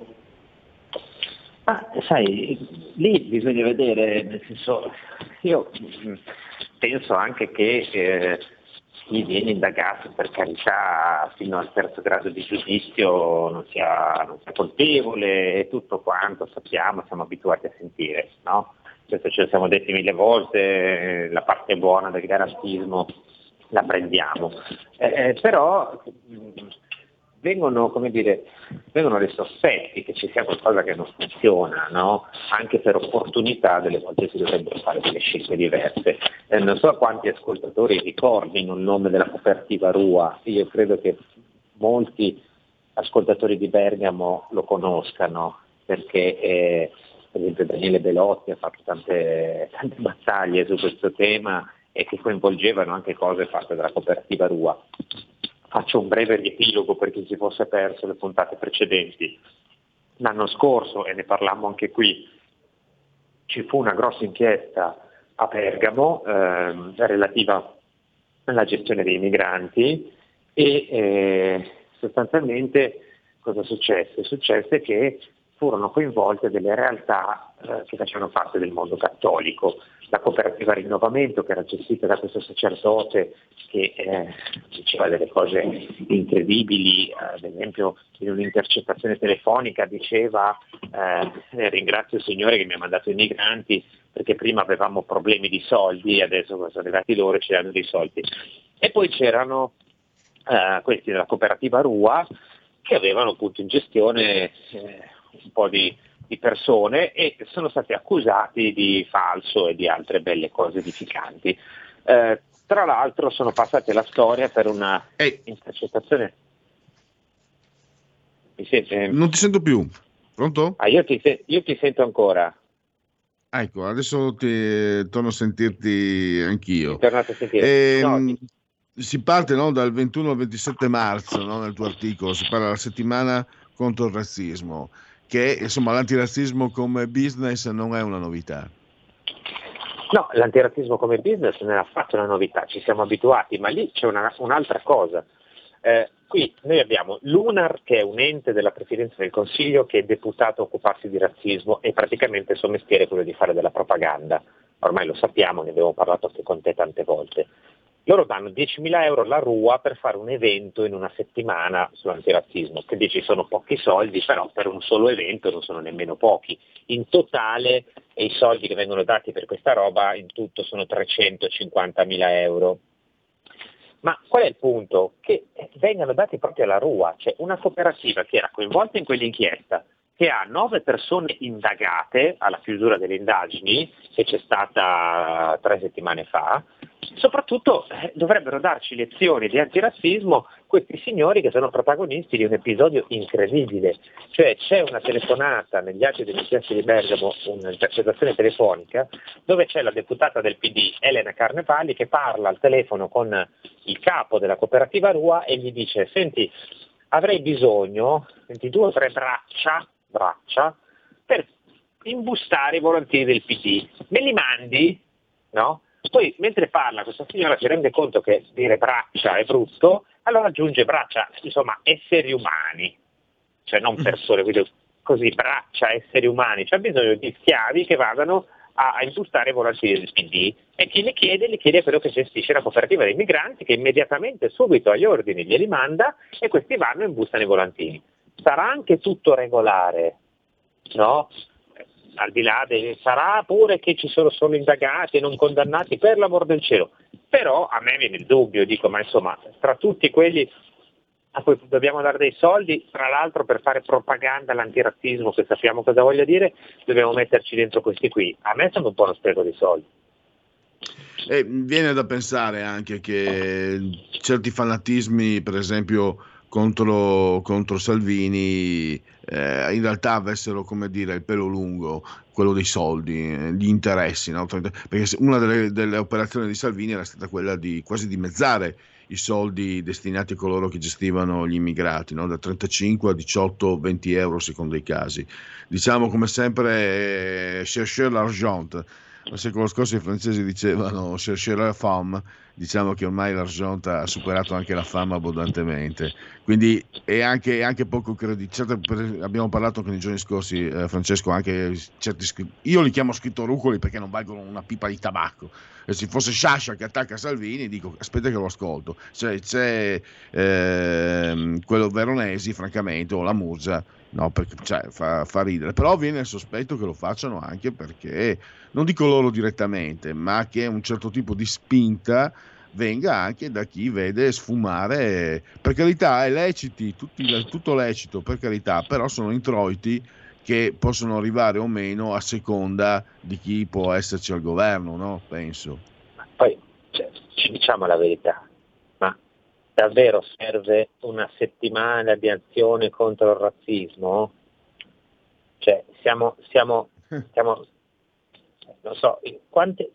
Ma sai, lì bisogna vedere, nel senso, io penso anche che chi viene indagato, per carità, fino al terzo grado di giudizio non sia colpevole e tutto quanto, sappiamo, siamo abituati a sentire, no? Questo ce lo siamo detti 1000 volte, la parte buona del garantismo la prendiamo, però vengono dei sospetti che ci sia qualcosa che non funziona, no? Anche per opportunità delle volte si dovrebbero fare delle scelte diverse. Non so quanti ascoltatori ricordino il nome della cooperativa Rua, io credo che molti ascoltatori di Bergamo lo conoscano, perché per esempio Daniele Belotti ha fatto tante battaglie su questo tema e che coinvolgevano anche cose fatte dalla cooperativa Rua. Faccio un breve riepilogo per chi si fosse perso le puntate precedenti. L'anno scorso, e ne parlammo anche qui, ci fu una grossa inchiesta a Bergamo relativa alla gestione dei migranti e sostanzialmente cosa successe? Successe che furono coinvolte delle realtà che facevano parte del mondo cattolico. La cooperativa Rinnovamento, che era gestita da questo sacerdote che diceva delle cose incredibili, ad esempio in un'intercettazione telefonica diceva ringrazio il Signore che mi ha mandato i migranti perché prima avevamo problemi di soldi, adesso sono arrivati loro e ci danno dei soldi. E poi c'erano questi della cooperativa Rua che avevano appunto in gestione un po' di persone e sono stati accusati di falso e di altre belle cose edificanti. Tra l'altro sono passati alla storia per una intercettazione. Mi sente? Non ti sento più. Pronto? Io ti sento ancora. Ecco, adesso torno a sentirti anch'io. Tornate a sentire. Si parte, no, dal 21 al 27 marzo, no, nel tuo articolo, si parla della settimana contro il razzismo, che insomma l'antirazzismo come business non è una novità. No, l'antirazzismo come business non è affatto una novità, ci siamo abituati, ma lì c'è un'altra cosa. Qui noi abbiamo l'UNAR, che è un ente della Presidenza del Consiglio che è deputato a occuparsi di razzismo e praticamente il suo mestiere è quello di fare della propaganda. Ormai lo sappiamo, ne abbiamo parlato anche con te tante volte. Loro danno 10.000 euro alla Rua per fare un evento in una settimana sull'antirazzismo, che dici sono pochi soldi, però per un solo evento non sono nemmeno pochi. In totale i soldi che vengono dati per questa roba in tutto sono 350.000 euro. Ma qual è il punto? Che vengano dati proprio alla Rua, cioè una cooperativa che era coinvolta in quell'inchiesta, che ha 9 persone indagate alla chiusura delle indagini, che c'è stata 3 settimane fa. Soprattutto dovrebbero darci lezioni di antirazzismo questi signori che sono protagonisti di un episodio incredibile. Cioè c'è una telefonata negli atti dell'inchiesta di Bergamo, un'intercettazione telefonica, dove c'è la deputata del PD Elena Carnevali che parla al telefono con il capo della cooperativa Rua e gli dice: senti, avrei bisogno di 2 o 3 braccia per imbustare i volantini del PD. Me li mandi? No? Poi mentre parla questa signora si rende conto che dire braccia è brutto, allora aggiunge braccia, insomma esseri umani, cioè non persone, quindi così braccia, esseri umani, c'ha bisogno di schiavi che vadano a impostare i volantini del PD, e chi li chiede a quello che gestisce la cooperativa dei migranti, che immediatamente, subito agli ordini glieli manda, e questi vanno e impostano i volantini. Sarà anche tutto regolare, no? Al di là sarà pure che ci sono solo indagati e non condannati, per l'amor del cielo, però a me viene il dubbio, dico, ma insomma, tra tutti quelli a cui dobbiamo dare dei soldi, tra l'altro per fare propaganda all'antirazzismo, che sappiamo cosa voglia dire, dobbiamo metterci dentro questi qui. A me sembra un po' uno spreco di soldi. Viene da pensare anche che certi fanatismi, per esempio contro Salvini, in realtà avessero, come dire, il pelo lungo, quello dei soldi, gli interessi, no? Perché una delle operazioni di Salvini era stata quella di quasi dimezzare i soldi destinati a coloro che gestivano gli immigrati, no? Da 35 a 18, 20 euro secondo i casi. Diciamo, come sempre, chercher l'argent. Al secolo scorso i francesi dicevano chercher la femme, diciamo che ormai l'argent ha superato anche la fama abbondantemente, quindi è anche poco credibile. Certo, abbiamo parlato anche nei giorni scorsi, Francesco, anche certi io li chiamo scrittorucoli perché non valgono una pipa di tabacco, e se fosse Sciascia che attacca Salvini dico aspetta che lo ascolto, c'è quello Veronesi francamente, o la Musa, no, perché fa ridere, però viene il sospetto che lo facciano anche perché, non dico loro direttamente, ma che un certo tipo di spinta venga anche da chi vede sfumare, per carità, è leciti, tutto lecito, per carità, però sono introiti che possono arrivare o meno a seconda di chi può esserci al governo, no? Penso. Poi, ci diciamo la verità, ma davvero serve una settimana di azione contro il razzismo? Cioè, siamo non so, quante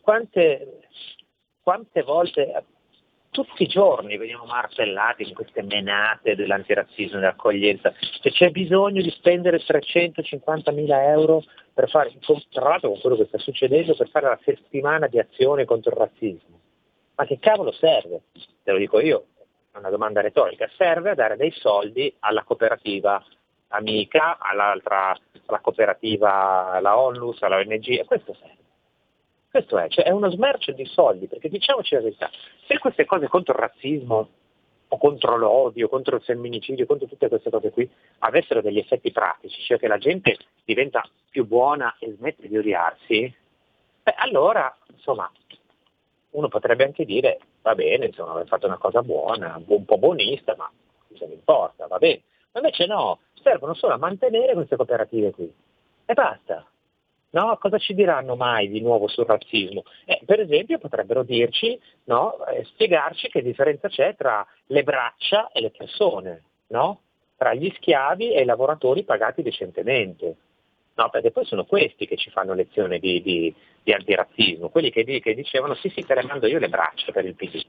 volte, tutti i giorni veniamo martellati in queste menate dell'antirazzismo e dell'accoglienza, cioè, c'è bisogno di spendere 350.000 euro per fare, tra l'altro con quello che sta succedendo, per fare la settimana di azione contro il razzismo. Ma che cavolo serve? Te lo dico io, è una domanda retorica. Serve a dare dei soldi alla cooperativa amica, alla cooperativa, alla Onlus, alla ONG, e questo serve. Questo cioè è uno smercio di soldi, perché diciamoci la verità, se queste cose contro il razzismo o contro l'odio, contro il femminicidio, contro tutte queste cose qui avessero degli effetti pratici, cioè che la gente diventa più buona e smette di odiarsi, allora insomma uno potrebbe anche dire va bene, insomma, aver fatto una cosa buona, un po' buonista, ma cosa mi importa, va bene. Ma invece no, servono solo a mantenere queste cooperative qui e basta. No, cosa ci diranno mai di nuovo sul razzismo? Per esempio potrebbero dirci, no, spiegarci che differenza c'è tra le braccia e le persone, no? Tra gli schiavi e i lavoratori pagati decentemente. No, perché poi sono questi che ci fanno lezione di antirazzismo, quelli che dicevano sì, te le mando io le braccia per il PD.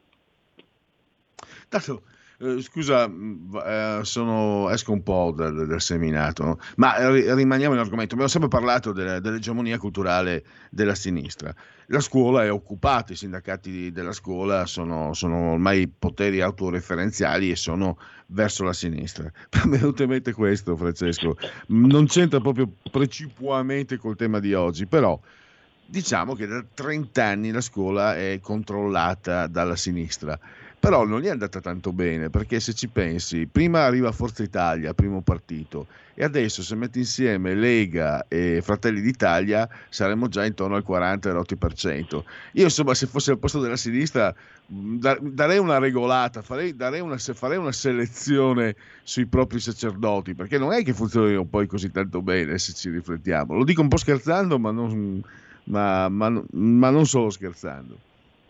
Tanto, scusa, esco un po' del seminato, no? Ma rimaniamo in argomento. Abbiamo sempre parlato dell'egemonia culturale della sinistra. La scuola è occupata, i sindacati della scuola sono ormai poteri autoreferenziali e sono verso la sinistra. Mi è venuto in mente questo, Francesco, non c'entra proprio precipuamente col tema di oggi, però diciamo che da 30 anni la scuola è controllata dalla sinistra. Però non gli è andata tanto bene, perché se ci pensi, prima arriva Forza Italia, primo partito, e adesso se metti insieme Lega e Fratelli d'Italia saremmo già intorno al 40-40%. Io insomma, se fossi al posto della sinistra darei una regolata, farei una selezione sui propri sacerdoti, perché non è che funzionino poi così tanto bene, se ci riflettiamo. Lo dico un po' scherzando, ma non solo scherzando.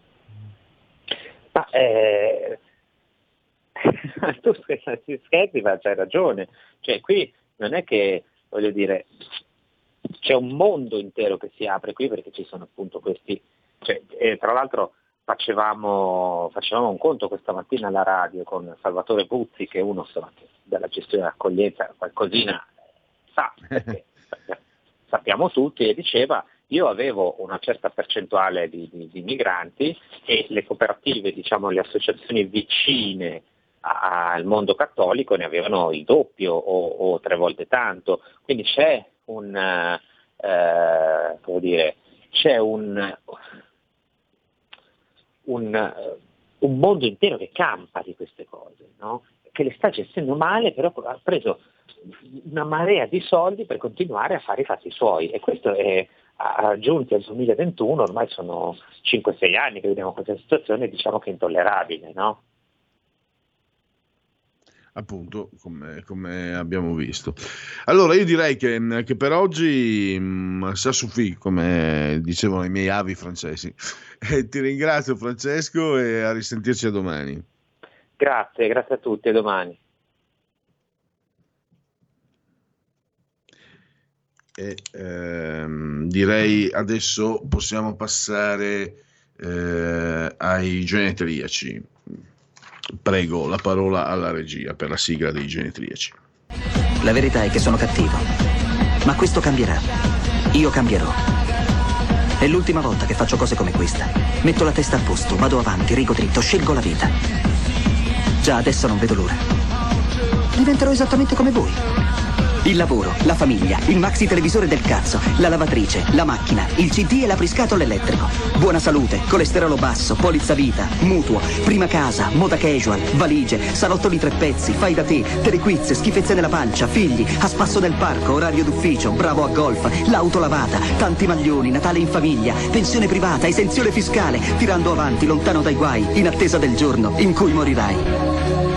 Tu scherzi, ma c'hai ragione, cioè qui non è che, voglio dire, c'è un mondo intero che si apre qui, perché ci sono appunto questi, cioè, tra l'altro facevamo un conto questa mattina alla radio con Salvatore Buzzi, che è uno insomma, che della gestione dell'accoglienza qualcosina sa, perché sappiamo tutti, e diceva: io avevo una certa percentuale di migranti e le cooperative, diciamo le associazioni vicine al mondo cattolico ne avevano il doppio o 3 volte tanto, quindi c'è un mondo intero che campa di queste cose, no? Che le sta gestendo male, però ha preso una marea di soldi per continuare a fare i fatti suoi, e questo è giunti al 2021, ormai sono 5-6 anni che vediamo questa situazione, diciamo che è intollerabile, no? Appunto, come abbiamo visto. Allora io direi che per oggi ça suffit, come dicevano i miei avi francesi. Ti ringrazio Francesco e a risentirci a domani. Grazie a tutti, a domani. Direi adesso possiamo passare ai genetriaci. Prego la parola alla regia per la sigla dei genetriaci. La verità è che sono cattivo, ma questo cambierà. Io cambierò. È l'ultima volta che faccio cose come questa. Metto la testa a posto, vado avanti, rigo dritto, scelgo la vita. Già adesso non vedo l'ora. Diventerò esattamente come voi. Il lavoro, la famiglia, il maxi televisore del cazzo, la lavatrice, la macchina, il CD e l'apriscatole elettrico. Buona salute, colesterolo basso, polizza vita, mutuo, prima casa, moda casual, valigie, salottoli 3 pezzi, fai da te, telequiz, schifezze nella pancia, figli, a spasso nel parco, orario d'ufficio, bravo a golf, l'auto lavata, tanti maglioni, Natale in famiglia, pensione privata, esenzione fiscale, tirando avanti, lontano dai guai, in attesa del giorno in cui morirai.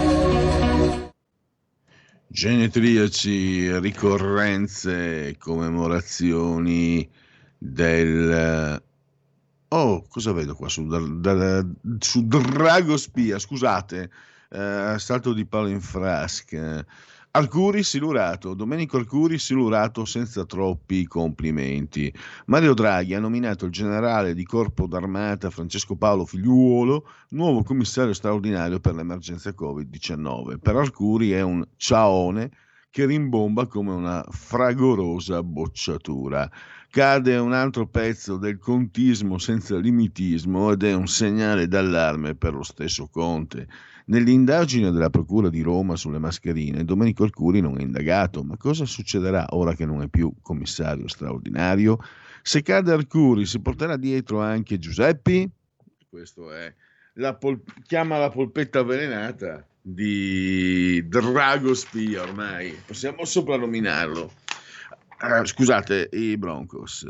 Genetriaci, ricorrenze, commemorazioni del... Oh, cosa vedo qua su Dragospia, scusate, salto di palo in frasca. Arcuri silurato, Domenico Arcuri silurato senza troppi complimenti. Mario Draghi ha nominato il generale di corpo d'armata Francesco Paolo Figliuolo nuovo commissario straordinario per l'emergenza Covid-19. Per Arcuri è un ciaone che rimbomba come una fragorosa bocciatura. Cade un altro pezzo del contismo senza limitismo ed è un segnale d'allarme per lo stesso Conte. Nell'indagine della Procura di Roma sulle mascherine, Domenico Arcuri non è indagato, ma cosa succederà ora che non è più commissario straordinario? Se cade Arcuri, si porterà dietro anche Giuseppi? Questo è chiama la polpetta avvelenata di Dragospia ormai, possiamo soprannominarlo. Scusate, i Broncos.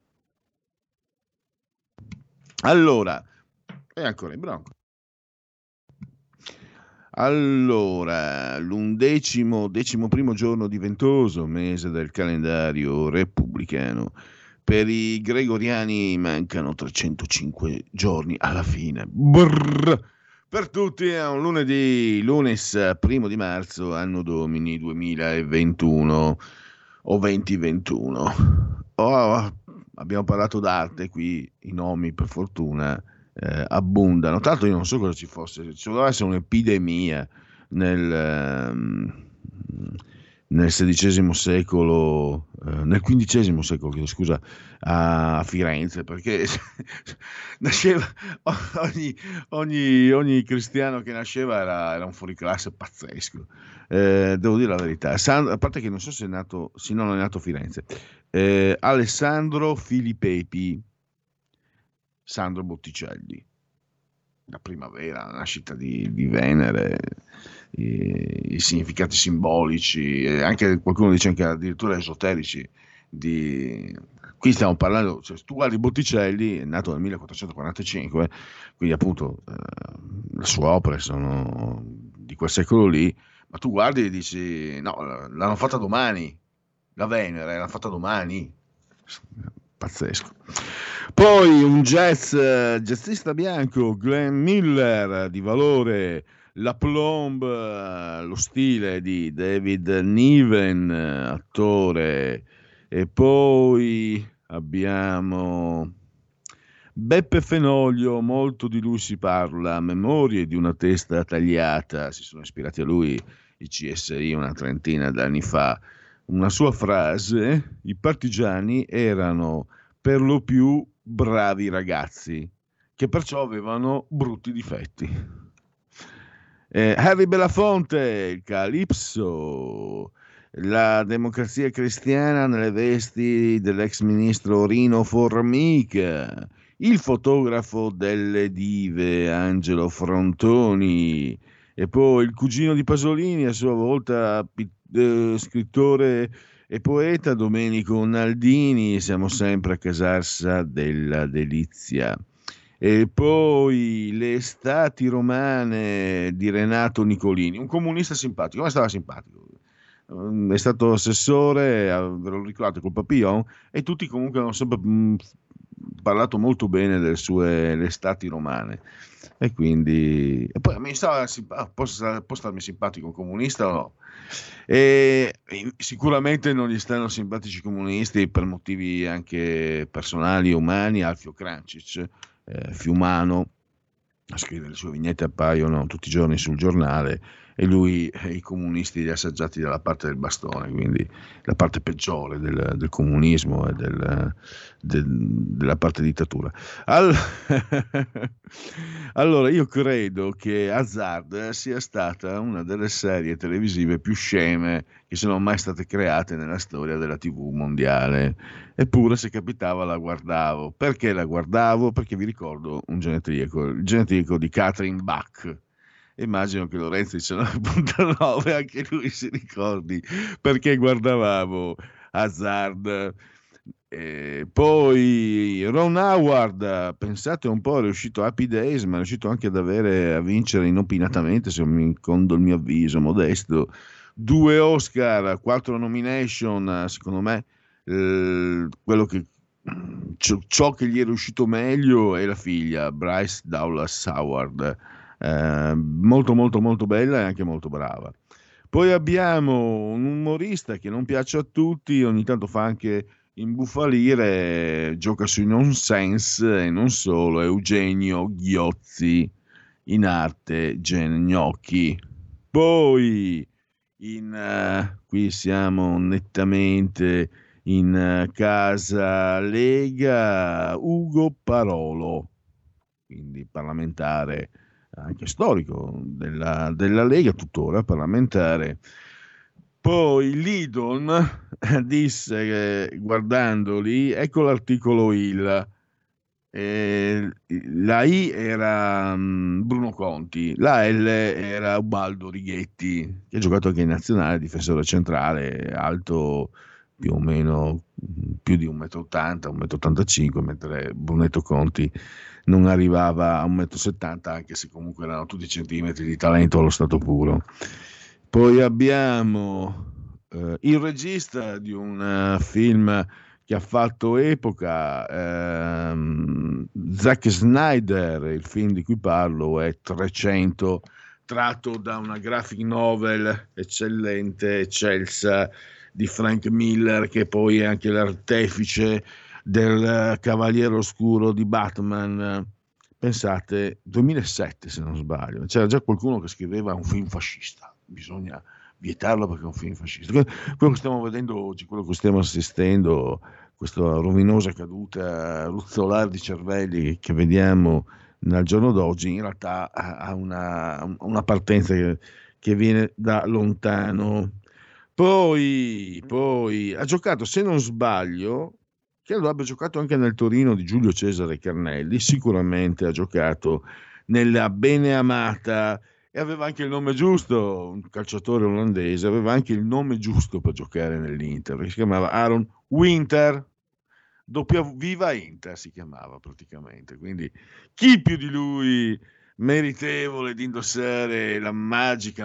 Allora, e ancora i Broncos. Allora, decimo primo giorno di ventoso mese del calendario repubblicano. Per i gregoriani mancano 305 giorni alla fine. Brrr. Per tutti è un lunedì, lunes 1 di marzo, anno domini 2021 o 2021. Abbiamo parlato d'arte, qui i nomi per fortuna abbondano. Tanto io non so cosa ci fosse, ci doveva essere un'epidemia nel XVI secolo, nel XV secolo, chiedo scusa, a Firenze, perché nasceva ogni cristiano che nasceva era un fuoriclasse pazzesco. Devo dire la verità, a parte che non so se è nato, sì, non è nato a Firenze. Alessandro Filipepi, Sandro Botticelli, la primavera, la nascita di Venere, i significati simbolici, anche qualcuno dice anche addirittura esoterici. Qui stiamo parlando, cioè, tu guardi Botticelli, è nato nel 1445, quindi appunto le sue opere sono di quel secolo lì, ma tu guardi e dici no, l'hanno fatta domani, la Venere l'hanno fatta domani, pazzesco. Poi un jazzista bianco, Glenn Miller, di valore, la plomb, lo stile di David Niven, attore. E poi abbiamo Beppe Fenoglio, molto di lui si parla, Memorie di una testa tagliata, si sono ispirati a lui i CSI una trentina d'anni fa. Una sua frase: i partigiani erano per lo più bravi ragazzi, che perciò avevano brutti difetti. Harry Belafonte, il Calypso, la Democrazia Cristiana nelle vesti dell'ex ministro Rino Formica, il fotografo delle dive Angelo Frontoni, e poi il cugino di Pasolini, a sua volta scrittore e poeta, Domenico Naldini. Siamo sempre a Casarsa della Delizia. E poi le estati romane di Renato Nicolini, un comunista simpatico. Come stava simpatico? È stato assessore, ve lo ricordate, col Papillon, e tutti comunque hanno sempre parlato molto bene delle sue le estati romane. E quindi e poi mi stava può starmi simpatico un comunista o no? E sicuramente non gli stanno simpatici i comunisti per motivi anche personali e umani. Alfio Crancic, fiumano, scrive, le sue vignette appaiono tutti i giorni sul giornale, e lui i comunisti li ha assaggiati dalla parte del bastone, quindi la parte peggiore del comunismo e della parte dittatura. Allora, io credo che Hazard sia stata una delle serie televisive più sceme che sono mai state create nella storia della TV mondiale. Eppure, se capitava, la guardavo. Perché la guardavo? Perché vi ricordo il genetriaco di Catherine Bach. Immagino che Lorenzo 19.9 anche lui si ricordi perché guardavamo Hazard. Poi Ron Howard, pensate un po', è riuscito Happy Days, ma è riuscito anche a vincere inopinatamente, secondo il mio avviso modesto, 2 Oscar, 4 nomination. Secondo me ciò che gli è riuscito meglio è la figlia, Bryce Dallas Howard, molto molto molto bella e anche molto brava. Poi abbiamo un umorista che non piace a tutti, ogni tanto fa anche imbufalire, gioca sui nonsense e non solo, è Eugenio Ghiozzi, in arte Gnocchi. Poi qui siamo nettamente in casa Lega, Ugo Parolo, quindi parlamentare anche storico della Lega, tuttora parlamentare. Poi Lidon disse, guardandoli, ecco l'articolo IL, la I era Bruno Conti, la L era Ubaldo Righetti, che ha giocato anche in nazionale, difensore centrale, alto più o meno più di 1,80 m, 1,85 m, mentre Brunetto Conti non arrivava a 1,70 m, anche se comunque erano tutti centimetri di talento allo stato puro. Poi abbiamo il regista di un film che ha fatto epoca, Zack Snyder. Il film di cui parlo è 300, tratto da una graphic novel eccellente, eccelsa, di Frank Miller, che poi è anche l'artefice del Cavaliere Oscuro di Batman. Pensate, 2007 se non sbaglio, c'era già qualcuno che scriveva un film fascista, bisogna vietarlo perché è un film fascista. Quello che stiamo vedendo oggi, quello che stiamo assistendo, questa rovinosa caduta ruzzolare di cervelli che vediamo nel giorno d'oggi, in realtà ha una partenza che viene da lontano. Poi ha giocato, se non sbaglio, credo abbia giocato anche nel Torino di Giulio Cesare Carnelli, sicuramente ha giocato nella beneamata, e aveva anche il nome giusto, un calciatore olandese, aveva anche il nome giusto per giocare nell'Inter, perché si chiamava Aaron Winter, Viva Inter si chiamava praticamente, quindi chi più di lui meritevole di indossare la magica,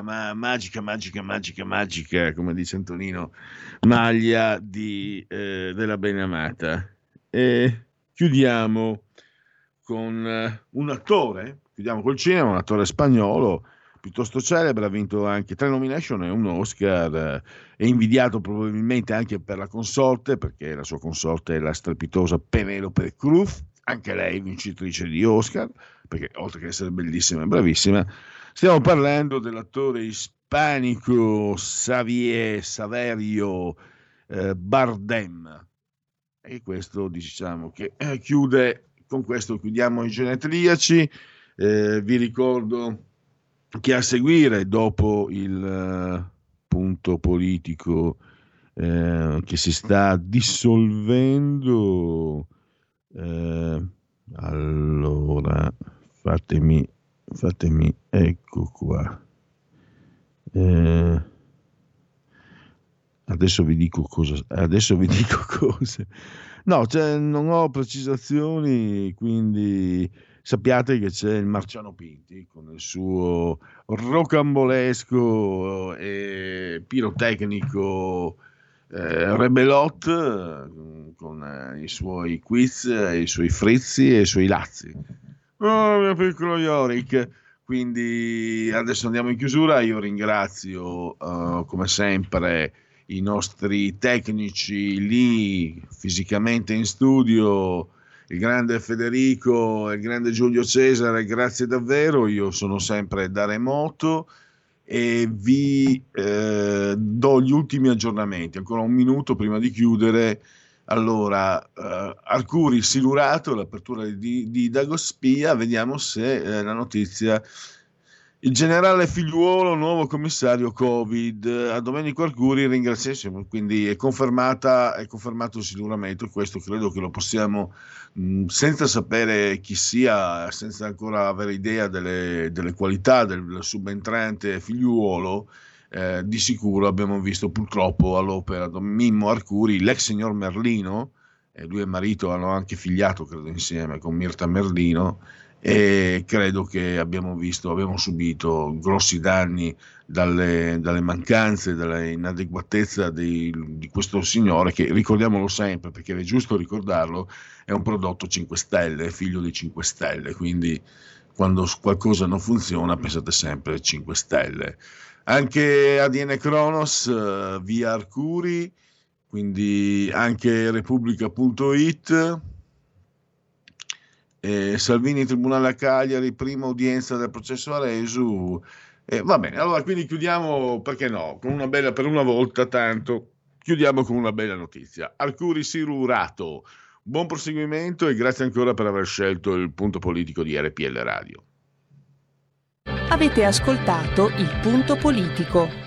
come dice Antonino, maglia della beneamata. E chiudiamo con un attore, chiudiamo col cinema, un attore spagnolo piuttosto celebre, ha vinto anche 3 nomination e un Oscar, è invidiato probabilmente anche per la consorte, perché la sua consorte è la strepitosa Penélope Cruz, anche lei vincitrice di Oscar, perché oltre che essere bellissima e bravissima. Stiamo parlando dell'attore ispanico Saverio Bardem, e questo diciamo che chiude, con questo chiudiamo i genetriaci. Vi ricordo che a seguire, dopo il punto politico che si sta dissolvendo, allora fatemi, ecco qua. Adesso vi dico cosa. No, non ho precisazioni, quindi sappiate che c'è il Marciano Pinti con il suo rocambolesco e pirotecnico rebelot, con i suoi quiz, i suoi frizzi e i suoi lazzi. Oh, mio piccolo Yorick. Quindi adesso andiamo in chiusura. Io ringrazio come sempre i nostri tecnici lì fisicamente in studio, il grande Federico e il grande Giulio Cesare, grazie davvero. Io sono sempre da remoto e vi do gli ultimi aggiornamenti, ancora un minuto prima di chiudere. Allora, Arcuri silurato, l'apertura di Dagospia, vediamo se la notizia. Il generale Figliuolo, nuovo commissario Covid. A Domenico Arcuri ringraziamo, quindi è confermato il siluramento. Questo credo che lo possiamo, senza sapere chi sia, senza ancora avere idea delle qualità del subentrante Figliuolo, di sicuro abbiamo visto purtroppo all'opera Mimmo Arcuri, l'ex signor Merlino, lui e marito hanno anche figliato, credo, insieme con Mirta Merlino, e credo che abbiamo subito grossi danni dalle mancanze, dalle inadeguatezza di questo signore, che, ricordiamolo sempre perché è giusto ricordarlo, è un prodotto 5 Stelle, figlio di 5 Stelle, quindi quando qualcosa non funziona pensate sempre 5 Stelle. Anche ADN Kronos via Arcuri, quindi anche Repubblica.it. Salvini tribunale a Cagliari, prima udienza del processo Aresu. Va bene, allora quindi chiudiamo, perché no, con una bella, per una volta tanto, chiudiamo con una bella notizia. Arcuri silurato. Buon proseguimento e grazie ancora per aver scelto il punto politico di RPL Radio. Avete ascoltato il punto politico.